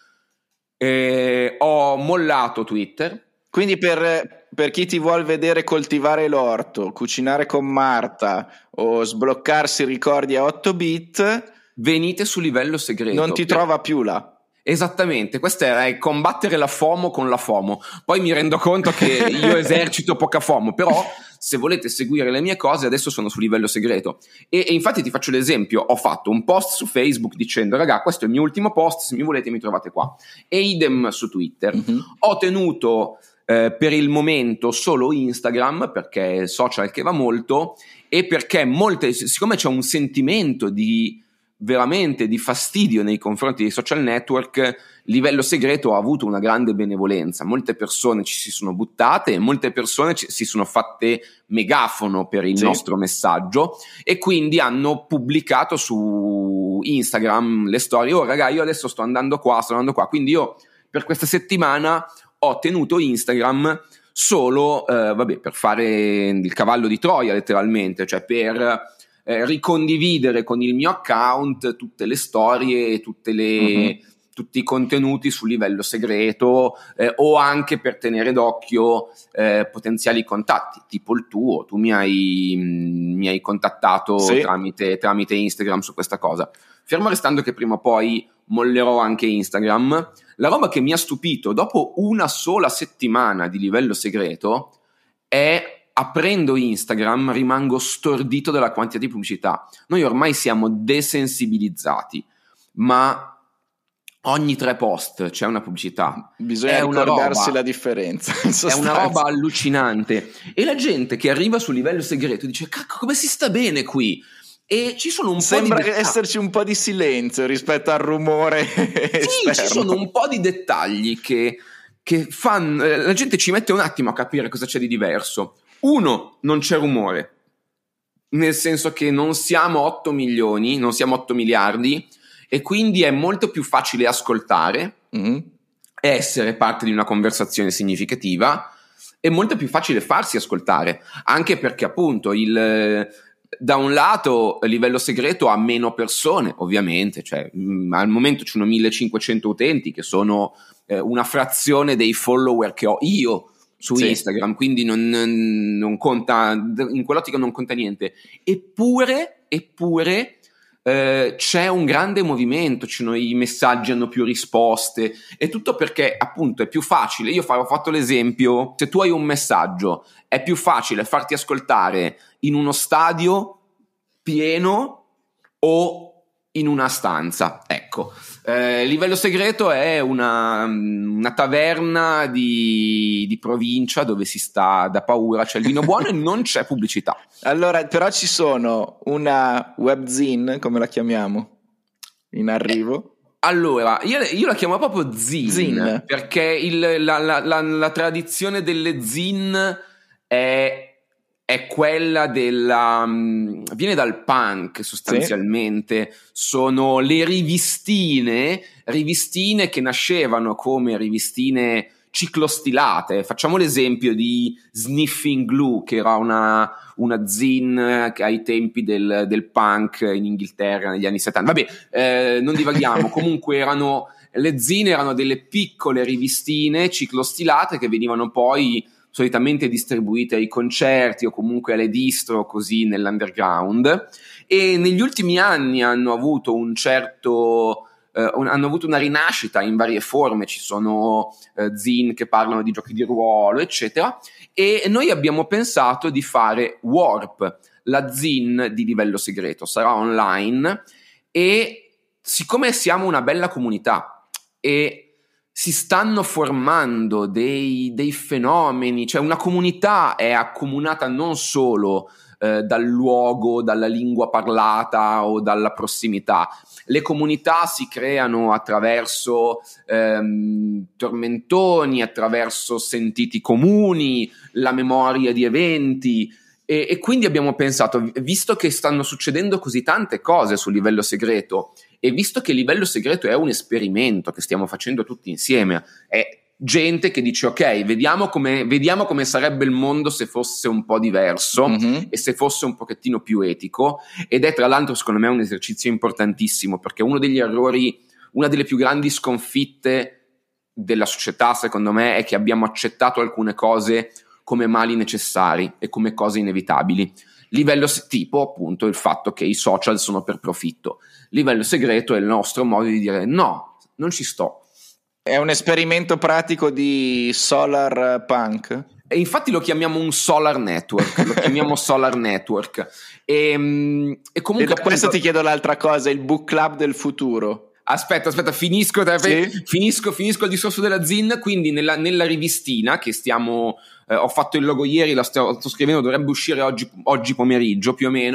Eh, ho mollato Twitter. Quindi per, per chi ti vuol vedere coltivare l'orto, cucinare con Marta o sbloccarsi i ricordi a otto bit, venite su livello segreto. Non ti trova più là. Esattamente, questo è combattere la FOMO con la FOMO. Poi mi rendo conto che io esercito poca FOMO, però se volete seguire le mie cose adesso sono su livello segreto e, e infatti ti faccio l'esempio: ho fatto un post su Facebook dicendo raga questo è il mio ultimo post, se mi volete mi trovate qua, e idem su Twitter. Mm-hmm. Ho tenuto eh, per il momento solo Instagram perché è il social che va molto e perché molte, siccome c'è un sentimento di veramente di fastidio nei confronti dei social network, Livello Segreto ha avuto una grande benevolenza. Molte persone ci si sono buttate e molte persone ci, si sono fatte megafono per il sì. nostro messaggio, e quindi hanno pubblicato su Instagram le storie: oh raga, io adesso sto andando qua, sto andando qua. Quindi io per questa settimana ho tenuto Instagram solo eh, vabbè, per fare il cavallo di Troia, letteralmente, cioè per eh, ricondividere con il mio account tutte le storie, tutte le, uh-huh. tutti i contenuti su Livello Segreto, eh, o anche per tenere d'occhio eh, potenziali contatti, tipo il tuo. Tu mi hai, mi hai contattato sì. tramite, tramite Instagram su questa cosa. Fermo restando che prima o poi mollerò anche Instagram, la roba che mi ha stupito dopo una sola settimana di Livello Segreto è, aprendo Instagram, rimango stordito dalla quantità di pubblicità. Noi ormai siamo desensibilizzati, ma ogni tre post c'è una pubblicità. Bisogna ricordarsi la differenza. È una roba allucinante. E la gente che arriva su Livello Segreto dice: cacchio, come si sta bene qui? E ci sono un Sembra po' di dettagli. esserci un po' di silenzio rispetto al rumore sì, ci sono un po' di dettagli che, che fanno, la gente ci mette un attimo a capire cosa c'è di diverso. Uno, non c'è rumore, nel senso che non siamo otto milioni, non siamo otto miliardi, e quindi è molto più facile ascoltare, mm-hmm. essere parte di una conversazione significativa, è molto più facile farsi ascoltare, anche perché appunto il... Da un lato Livello Segreto ha meno persone, ovviamente, cioè mh, al momento ci sono millecinquecento utenti, che sono eh, una frazione dei follower che ho io su sì. Instagram, quindi non, non conta, in quell'ottica non conta niente. Eppure, eppure eh, c'è un grande movimento, ci sono, i messaggi hanno più risposte, e tutto perché appunto è più facile. Io ho fatto l'esempio: se tu hai un messaggio, è più facile farti ascoltare in uno stadio pieno o in una stanza. Ecco, eh, Livello Segreto è una, una taverna di, di provincia dove si sta da paura, c'è il vino buono e non c'è pubblicità. Allora, però ci sono una webzine, come la chiamiamo, in arrivo? Eh. Allora, io, io la chiamo proprio zine, zine. Perché il, la, la, la, la tradizione delle zine è, è quella della... Um, viene dal punk sostanzialmente, sì. Sono le rivistine, rivistine che nascevano come rivistine ciclostilate. Facciamo l'esempio di Sniffing Glue, che era una, una zine che ai tempi del, del punk in Inghilterra negli anni settanta. Vabbè, eh, non divaghiamo. Comunque erano, le zine erano delle piccole rivistine ciclostilate che venivano poi solitamente distribuite ai concerti o comunque alle distro, così nell'underground, e negli ultimi anni hanno avuto un certo... Uh, un, hanno avuto una rinascita in varie forme. Ci sono uh, zine che parlano di giochi di ruolo, eccetera, e noi abbiamo pensato di fare Warp, la zine di Livello Segreto. Sarà online, e siccome siamo una bella comunità e si stanno formando dei, dei fenomeni, cioè una comunità è accomunata non solo eh, dal luogo, dalla lingua parlata o dalla prossimità. Le comunità si creano attraverso ehm, tormentoni, attraverso sentiti comuni, la memoria di eventi, e, e quindi abbiamo pensato, visto che stanno succedendo così tante cose su Livello Segreto, e visto che Livello Segreto è un esperimento che stiamo facendo tutti insieme, è gente che dice ok, vediamo come, vediamo come sarebbe il mondo se fosse un po' diverso, mm-hmm. e se fosse un pochettino più etico, ed è tra l'altro secondo me un esercizio importantissimo, perché uno degli errori, una delle più grandi sconfitte della società secondo me è che abbiamo accettato alcune cose come mali necessari e come cose inevitabili. Livello tipo appunto il fatto che i social sono per profitto. Livello Segreto è il nostro modo di dire no, non ci sto. È un esperimento pratico di solar punk? E infatti lo chiamiamo un solar network, lo chiamiamo solar network. E, e comunque e da questo ti chiedo l'altra cosa, il book club del futuro. Aspetta, aspetta, finisco, sì? finisco, finisco il discorso della zine. Quindi nella, nella rivistina che stiamo, eh, ho fatto il logo ieri, la sto, sto scrivendo, dovrebbe uscire oggi, oggi pomeriggio più o meno.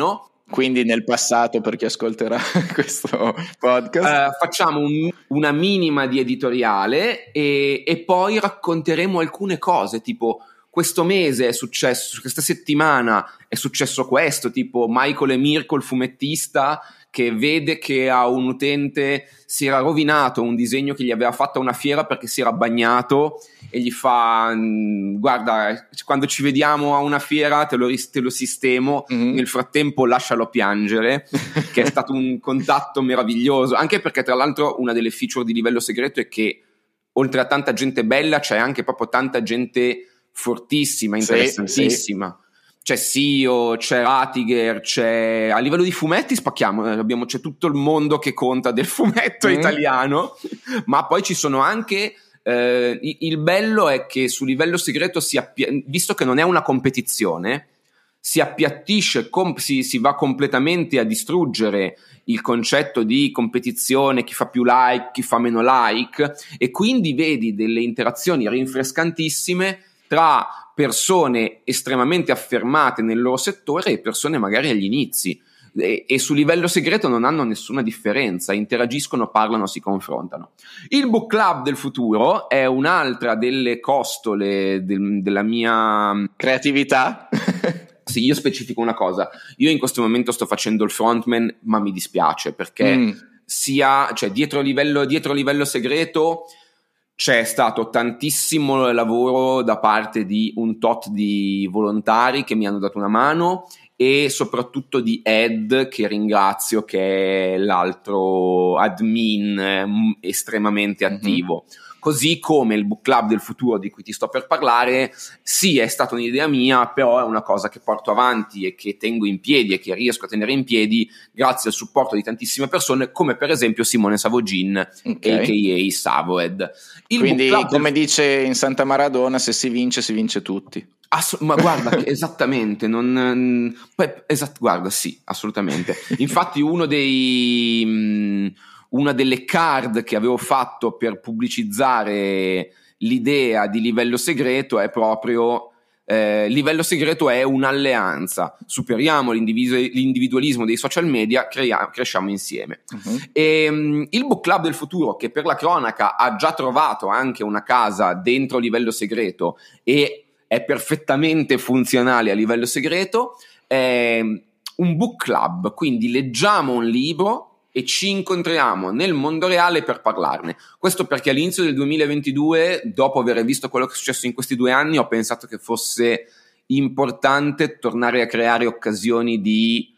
Quindi nel passato, per chi ascolterà questo podcast, uh, facciamo un, una minima di editoriale e, e poi racconteremo alcune cose, tipo questo mese è successo, questa settimana è successo questo, tipo Michael e Mirko, il fumettista, che vede che a un utente si era rovinato un disegno che gli aveva fatto a una fiera perché si era bagnato, e gli fa: guarda, quando ci vediamo a una fiera te lo, te lo sistemo, mm-hmm. nel frattempo lascialo piangere. Che è stato un contatto meraviglioso, anche perché tra l'altro una delle feature di Livello Segreto è che oltre a tanta gente bella c'è anche proprio tanta gente fortissima, interessantissima. Sì, sì. C'è Sio, c'è Ratiger, c'è a livello di fumetti spacchiamo, abbiamo, c'è tutto il mondo che conta del fumetto mm. italiano, ma poi ci sono anche eh, il bello è che su Livello Segreto si appia- visto che non è una competizione, si appiattisce, comp- si, si va completamente a distruggere il concetto di competizione, chi fa più like, chi fa meno like, e quindi vedi delle interazioni rinfrescantissime tra persone estremamente affermate nel loro settore e persone magari agli inizi, e, e su Livello Segreto non hanno nessuna differenza, interagiscono, parlano, si confrontano. Il book club del futuro è un'altra delle costole del, della mia creatività. Sì, io specifico una cosa, io in questo momento sto facendo il frontman, ma mi dispiace perché mm. sia, cioè dietro livello, dietro Livello Segreto c'è stato tantissimo lavoro da parte di un tot di volontari che mi hanno dato una mano, e soprattutto di Ed, che ringrazio, che è l'altro admin eh, estremamente attivo. Mm-hmm. Così come il book club del futuro di cui ti sto per parlare, sì, è stata un'idea mia, però è una cosa che porto avanti e che tengo in piedi e che riesco a tenere in piedi grazie al supporto di tantissime persone, come per esempio Simone Savogin, okay. a k a. Savoed. Il Quindi, come del... dice in Santa Maradona, se si vince, si vince tutti. Ass- ma guarda, esattamente, non, esat- guarda, sì, assolutamente. Infatti uno dei... Mh, una delle card che avevo fatto per pubblicizzare l'idea di Livello Segreto è proprio eh, Livello Segreto è un'alleanza, superiamo l'individu- l'individualismo dei social media, crea- cresciamo insieme. Uh-huh. E, um, il book club del futuro, che per la cronaca ha già trovato anche una casa dentro Livello Segreto e è perfettamente funzionale a Livello Segreto, è un book club, quindi leggiamo un libro e ci incontriamo nel mondo reale per parlarne. Questo perché all'inizio del duemilaventidue, dopo aver visto quello che è successo in questi due anni, ho pensato che fosse importante tornare a creare occasioni di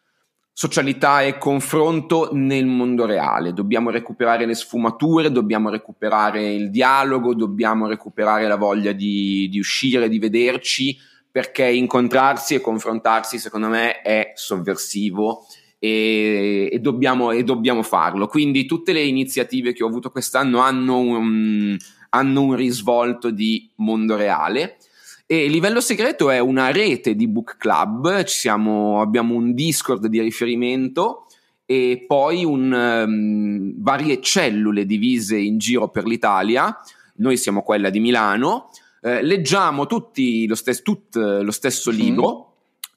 socialità e confronto nel mondo reale. Dobbiamo recuperare le sfumature, dobbiamo recuperare il dialogo, dobbiamo recuperare la voglia di, di uscire, di vederci, perché incontrarsi e confrontarsi, secondo me, è sovversivo. E, e, dobbiamo, e dobbiamo farlo. Quindi tutte le iniziative che ho avuto quest'anno hanno un, hanno un risvolto di mondo reale. E Livello Segreto è una rete di book club, ci siamo, abbiamo un Discord di riferimento e poi un, um, varie cellule divise in giro per l'Italia. Noi siamo quella di Milano, eh, leggiamo tutti lo, stes- tut, lo stesso libro mm.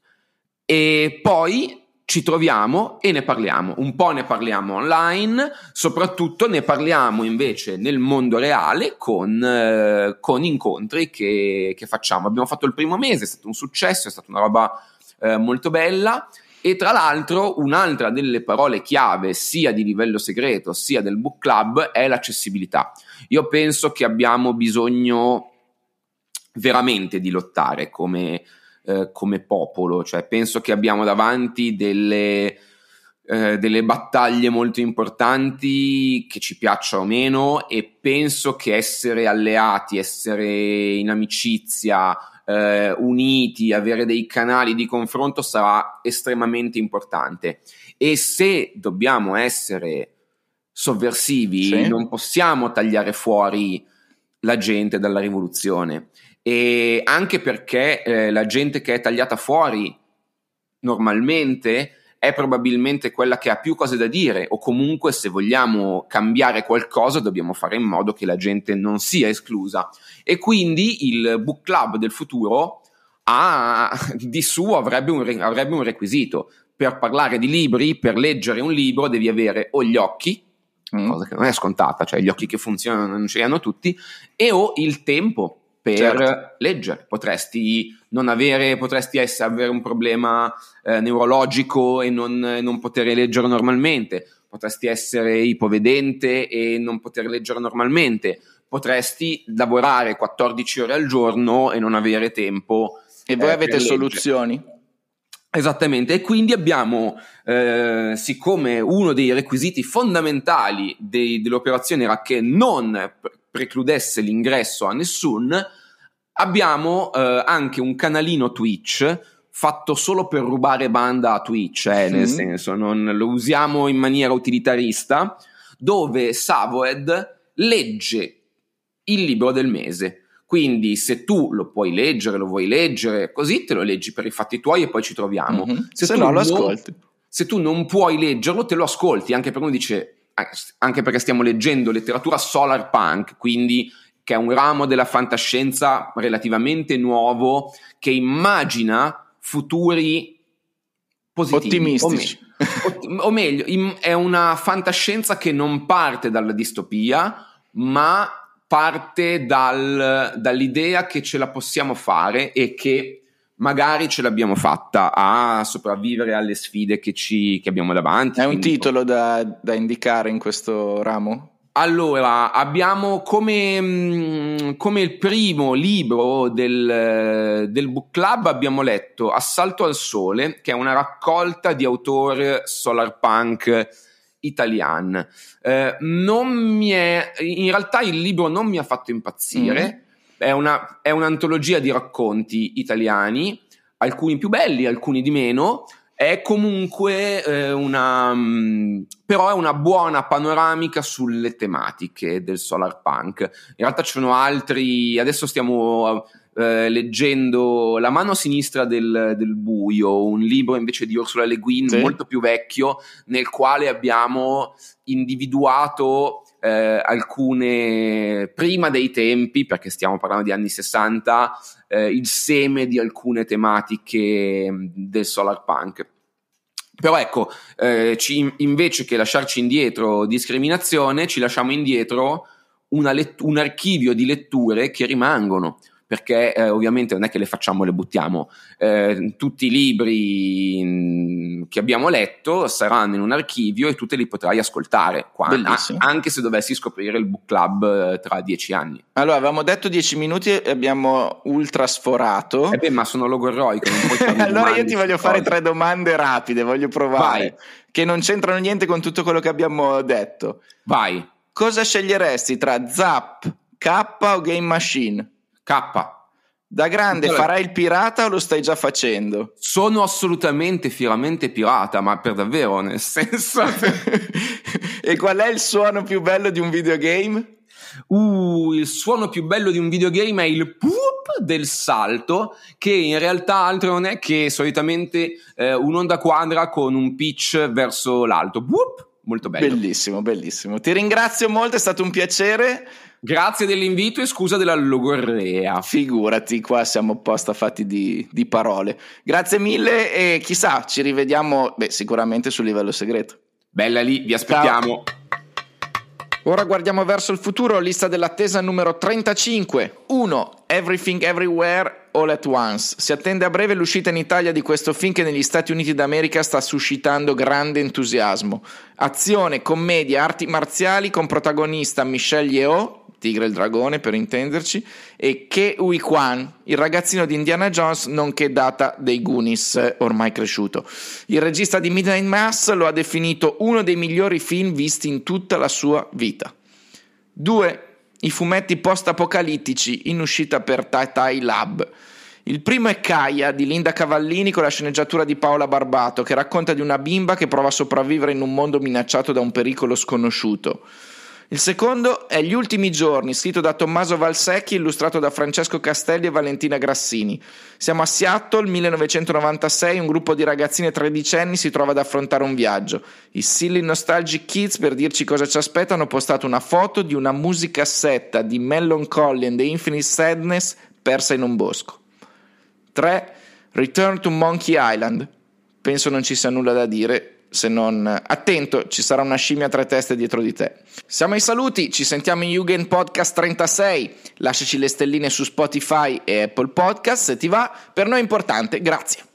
e poi ci troviamo e ne parliamo. Un po' ne parliamo online, soprattutto ne parliamo invece nel mondo reale con, eh, con incontri che, che facciamo. Abbiamo fatto il primo mese, è stato un successo, è stata una roba eh, molto bella, e tra l'altro un'altra delle parole chiave sia di Livello Segreto sia del book club è l'accessibilità. Io penso che abbiamo bisogno veramente di lottare come Eh, come popolo, cioè penso che abbiamo davanti delle, eh, delle battaglie molto importanti, che ci piaccia o meno, e penso che essere alleati, essere in amicizia, eh, uniti, avere dei canali di confronto sarà estremamente importante. E se dobbiamo essere sovversivi, sì, non possiamo tagliare fuori la gente dalla rivoluzione. E anche perché eh, la gente che è tagliata fuori normalmente è probabilmente quella che ha più cose da dire, o comunque se vogliamo cambiare qualcosa dobbiamo fare in modo che la gente non sia esclusa. E quindi il book club del futuro ha, di suo avrebbe un, avrebbe un requisito: per parlare di libri, per leggere un libro devi avere o gli occhi, mm. cosa che non è scontata, cioè gli occhi che funzionano non ce li hanno tutti, e o il tempo per certo. leggere. Potresti non avere, potresti essere, avere un problema eh, neurologico e non, non poter leggere normalmente, potresti essere ipovedente e non poter leggere normalmente, potresti lavorare quattordici ore al giorno e non avere tempo. E voi eh, avete soluzioni? Esattamente, e quindi abbiamo, eh, siccome uno dei requisiti fondamentali dei, dell'operazione era che non precludesse l'ingresso a nessun, abbiamo eh, anche un canalino Twitch fatto solo per rubare banda a Twitch, eh, mm. nel senso non lo usiamo in maniera utilitarista, dove Savoed legge il libro del mese. Quindi se tu lo puoi leggere, lo vuoi leggere, così te lo leggi per i fatti tuoi e poi ci troviamo. Mm-hmm. Se, se no lo ascolti. Se tu non puoi leggerlo, te lo ascolti, anche perché uno dice, anche perché stiamo leggendo letteratura solar punk, quindi che è un ramo della fantascienza relativamente nuovo, che immagina futuri positivi, ottimistici, o, me- o meglio, im- è una fantascienza che non parte dalla distopia, ma parte dal, dall'idea che ce la possiamo fare e che magari ce l'abbiamo fatta a sopravvivere alle sfide che, ci, che abbiamo davanti. È un titolo da, da indicare in questo ramo? Allora, abbiamo come, come il primo libro del, del book club abbiamo letto Assalto al Sole, che è una raccolta di autori solarpunk italiani. Eh, non mi è, in realtà il libro non mi ha fatto impazzire, mm. è, una, è un'antologia di racconti italiani, alcuni più belli, alcuni di meno. È comunque eh, una, mh, però è una buona panoramica sulle tematiche del solar punk. In realtà ci sono altri, adesso stiamo eh, leggendo La mano sinistra del, del buio, un libro invece di Ursula Le Guin, sì. molto più vecchio, nel quale abbiamo individuato eh, alcune, prima dei tempi, perché stiamo parlando di anni sessanta, Eh, il seme di alcune tematiche del solar punk. Però ecco, eh, ci, invece che lasciarci indietro discriminazione, ci lasciamo indietro una let- un archivio di letture che rimangono, perché eh, ovviamente non è che le facciamo, le buttiamo. Eh, tutti i libri mh, che abbiamo letto saranno in un archivio e tu te li potrai ascoltare qua, a- anche se dovessi scoprire il book club eh, tra dieci anni. Allora, avevamo detto dieci minuti e abbiamo ultra sforato. Eh beh, ma sono logorroico, non puoi farmi allora io ti voglio fare cose. tre domande rapide, voglio provare, Vai. che non c'entrano niente con tutto quello che abbiamo detto. Vai. Cosa sceglieresti tra Zap, K o Game Machine? K. Da grande allora, farai il pirata o lo stai già facendo? Sono assolutamente fieramente pirata, ma per davvero, nel senso. E qual è il suono più bello di un videogame? Uh, il suono più bello di un videogame è il poop del salto, che in realtà altro non è che solitamente eh, un'onda quadra con un pitch verso l'alto. Poop, molto bello. Bellissimo, bellissimo. Ti ringrazio molto, è stato un piacere. Grazie dell'invito e scusa della logorrea. Figurati, qua siamo apposta fatti di, di parole. Grazie mille e chissà, ci rivediamo beh, sicuramente sul livello segreto. Bella lì, vi aspettiamo. Ciao. Ora guardiamo verso il futuro, lista dell'attesa numero trentacinque. uno. Everything Everywhere All at Once. Si attende a breve l'uscita in Italia di questo film che negli Stati Uniti d'America sta suscitando grande entusiasmo. Azione, commedia, arti marziali con protagonista Michelle Yeoh, Tigre il dragone per intenderci, e Ke Huy Quan, il ragazzino di Indiana Jones nonché Data dei Goonies, ormai cresciuto. Il regista di Midnight Mass lo ha definito uno dei migliori film visti in tutta la sua vita. due. I fumetti post-apocalittici in uscita per Tai Tai Lab. Il primo è Kaya di Linda Cavallini con la sceneggiatura di Paola Barbato, che racconta di una bimba che prova a sopravvivere in un mondo minacciato da un pericolo sconosciuto. Il secondo è Gli ultimi giorni, scritto da Tommaso Valsecchi, illustrato da Francesco Castelli e Valentina Grassini. Siamo a Seattle, millenovecentonovantasei, un gruppo di ragazzine tredicenni si trova ad affrontare un viaggio. I Silly Nostalgic Kids, per dirci cosa ci aspetta, hanno postato una foto di una musicassetta di Melancholy and the Infinite Sadness persa in un bosco. tre. Return to Monkey Island. penso non ci sia nulla da dire, se non attento, ci sarà una scimmia a tre teste dietro di te. Siamo ai saluti, ci sentiamo in Jugend Podcast trentasei, lasciaci le stelline su Spotify e Apple Podcast se ti va, per noi è importante, grazie.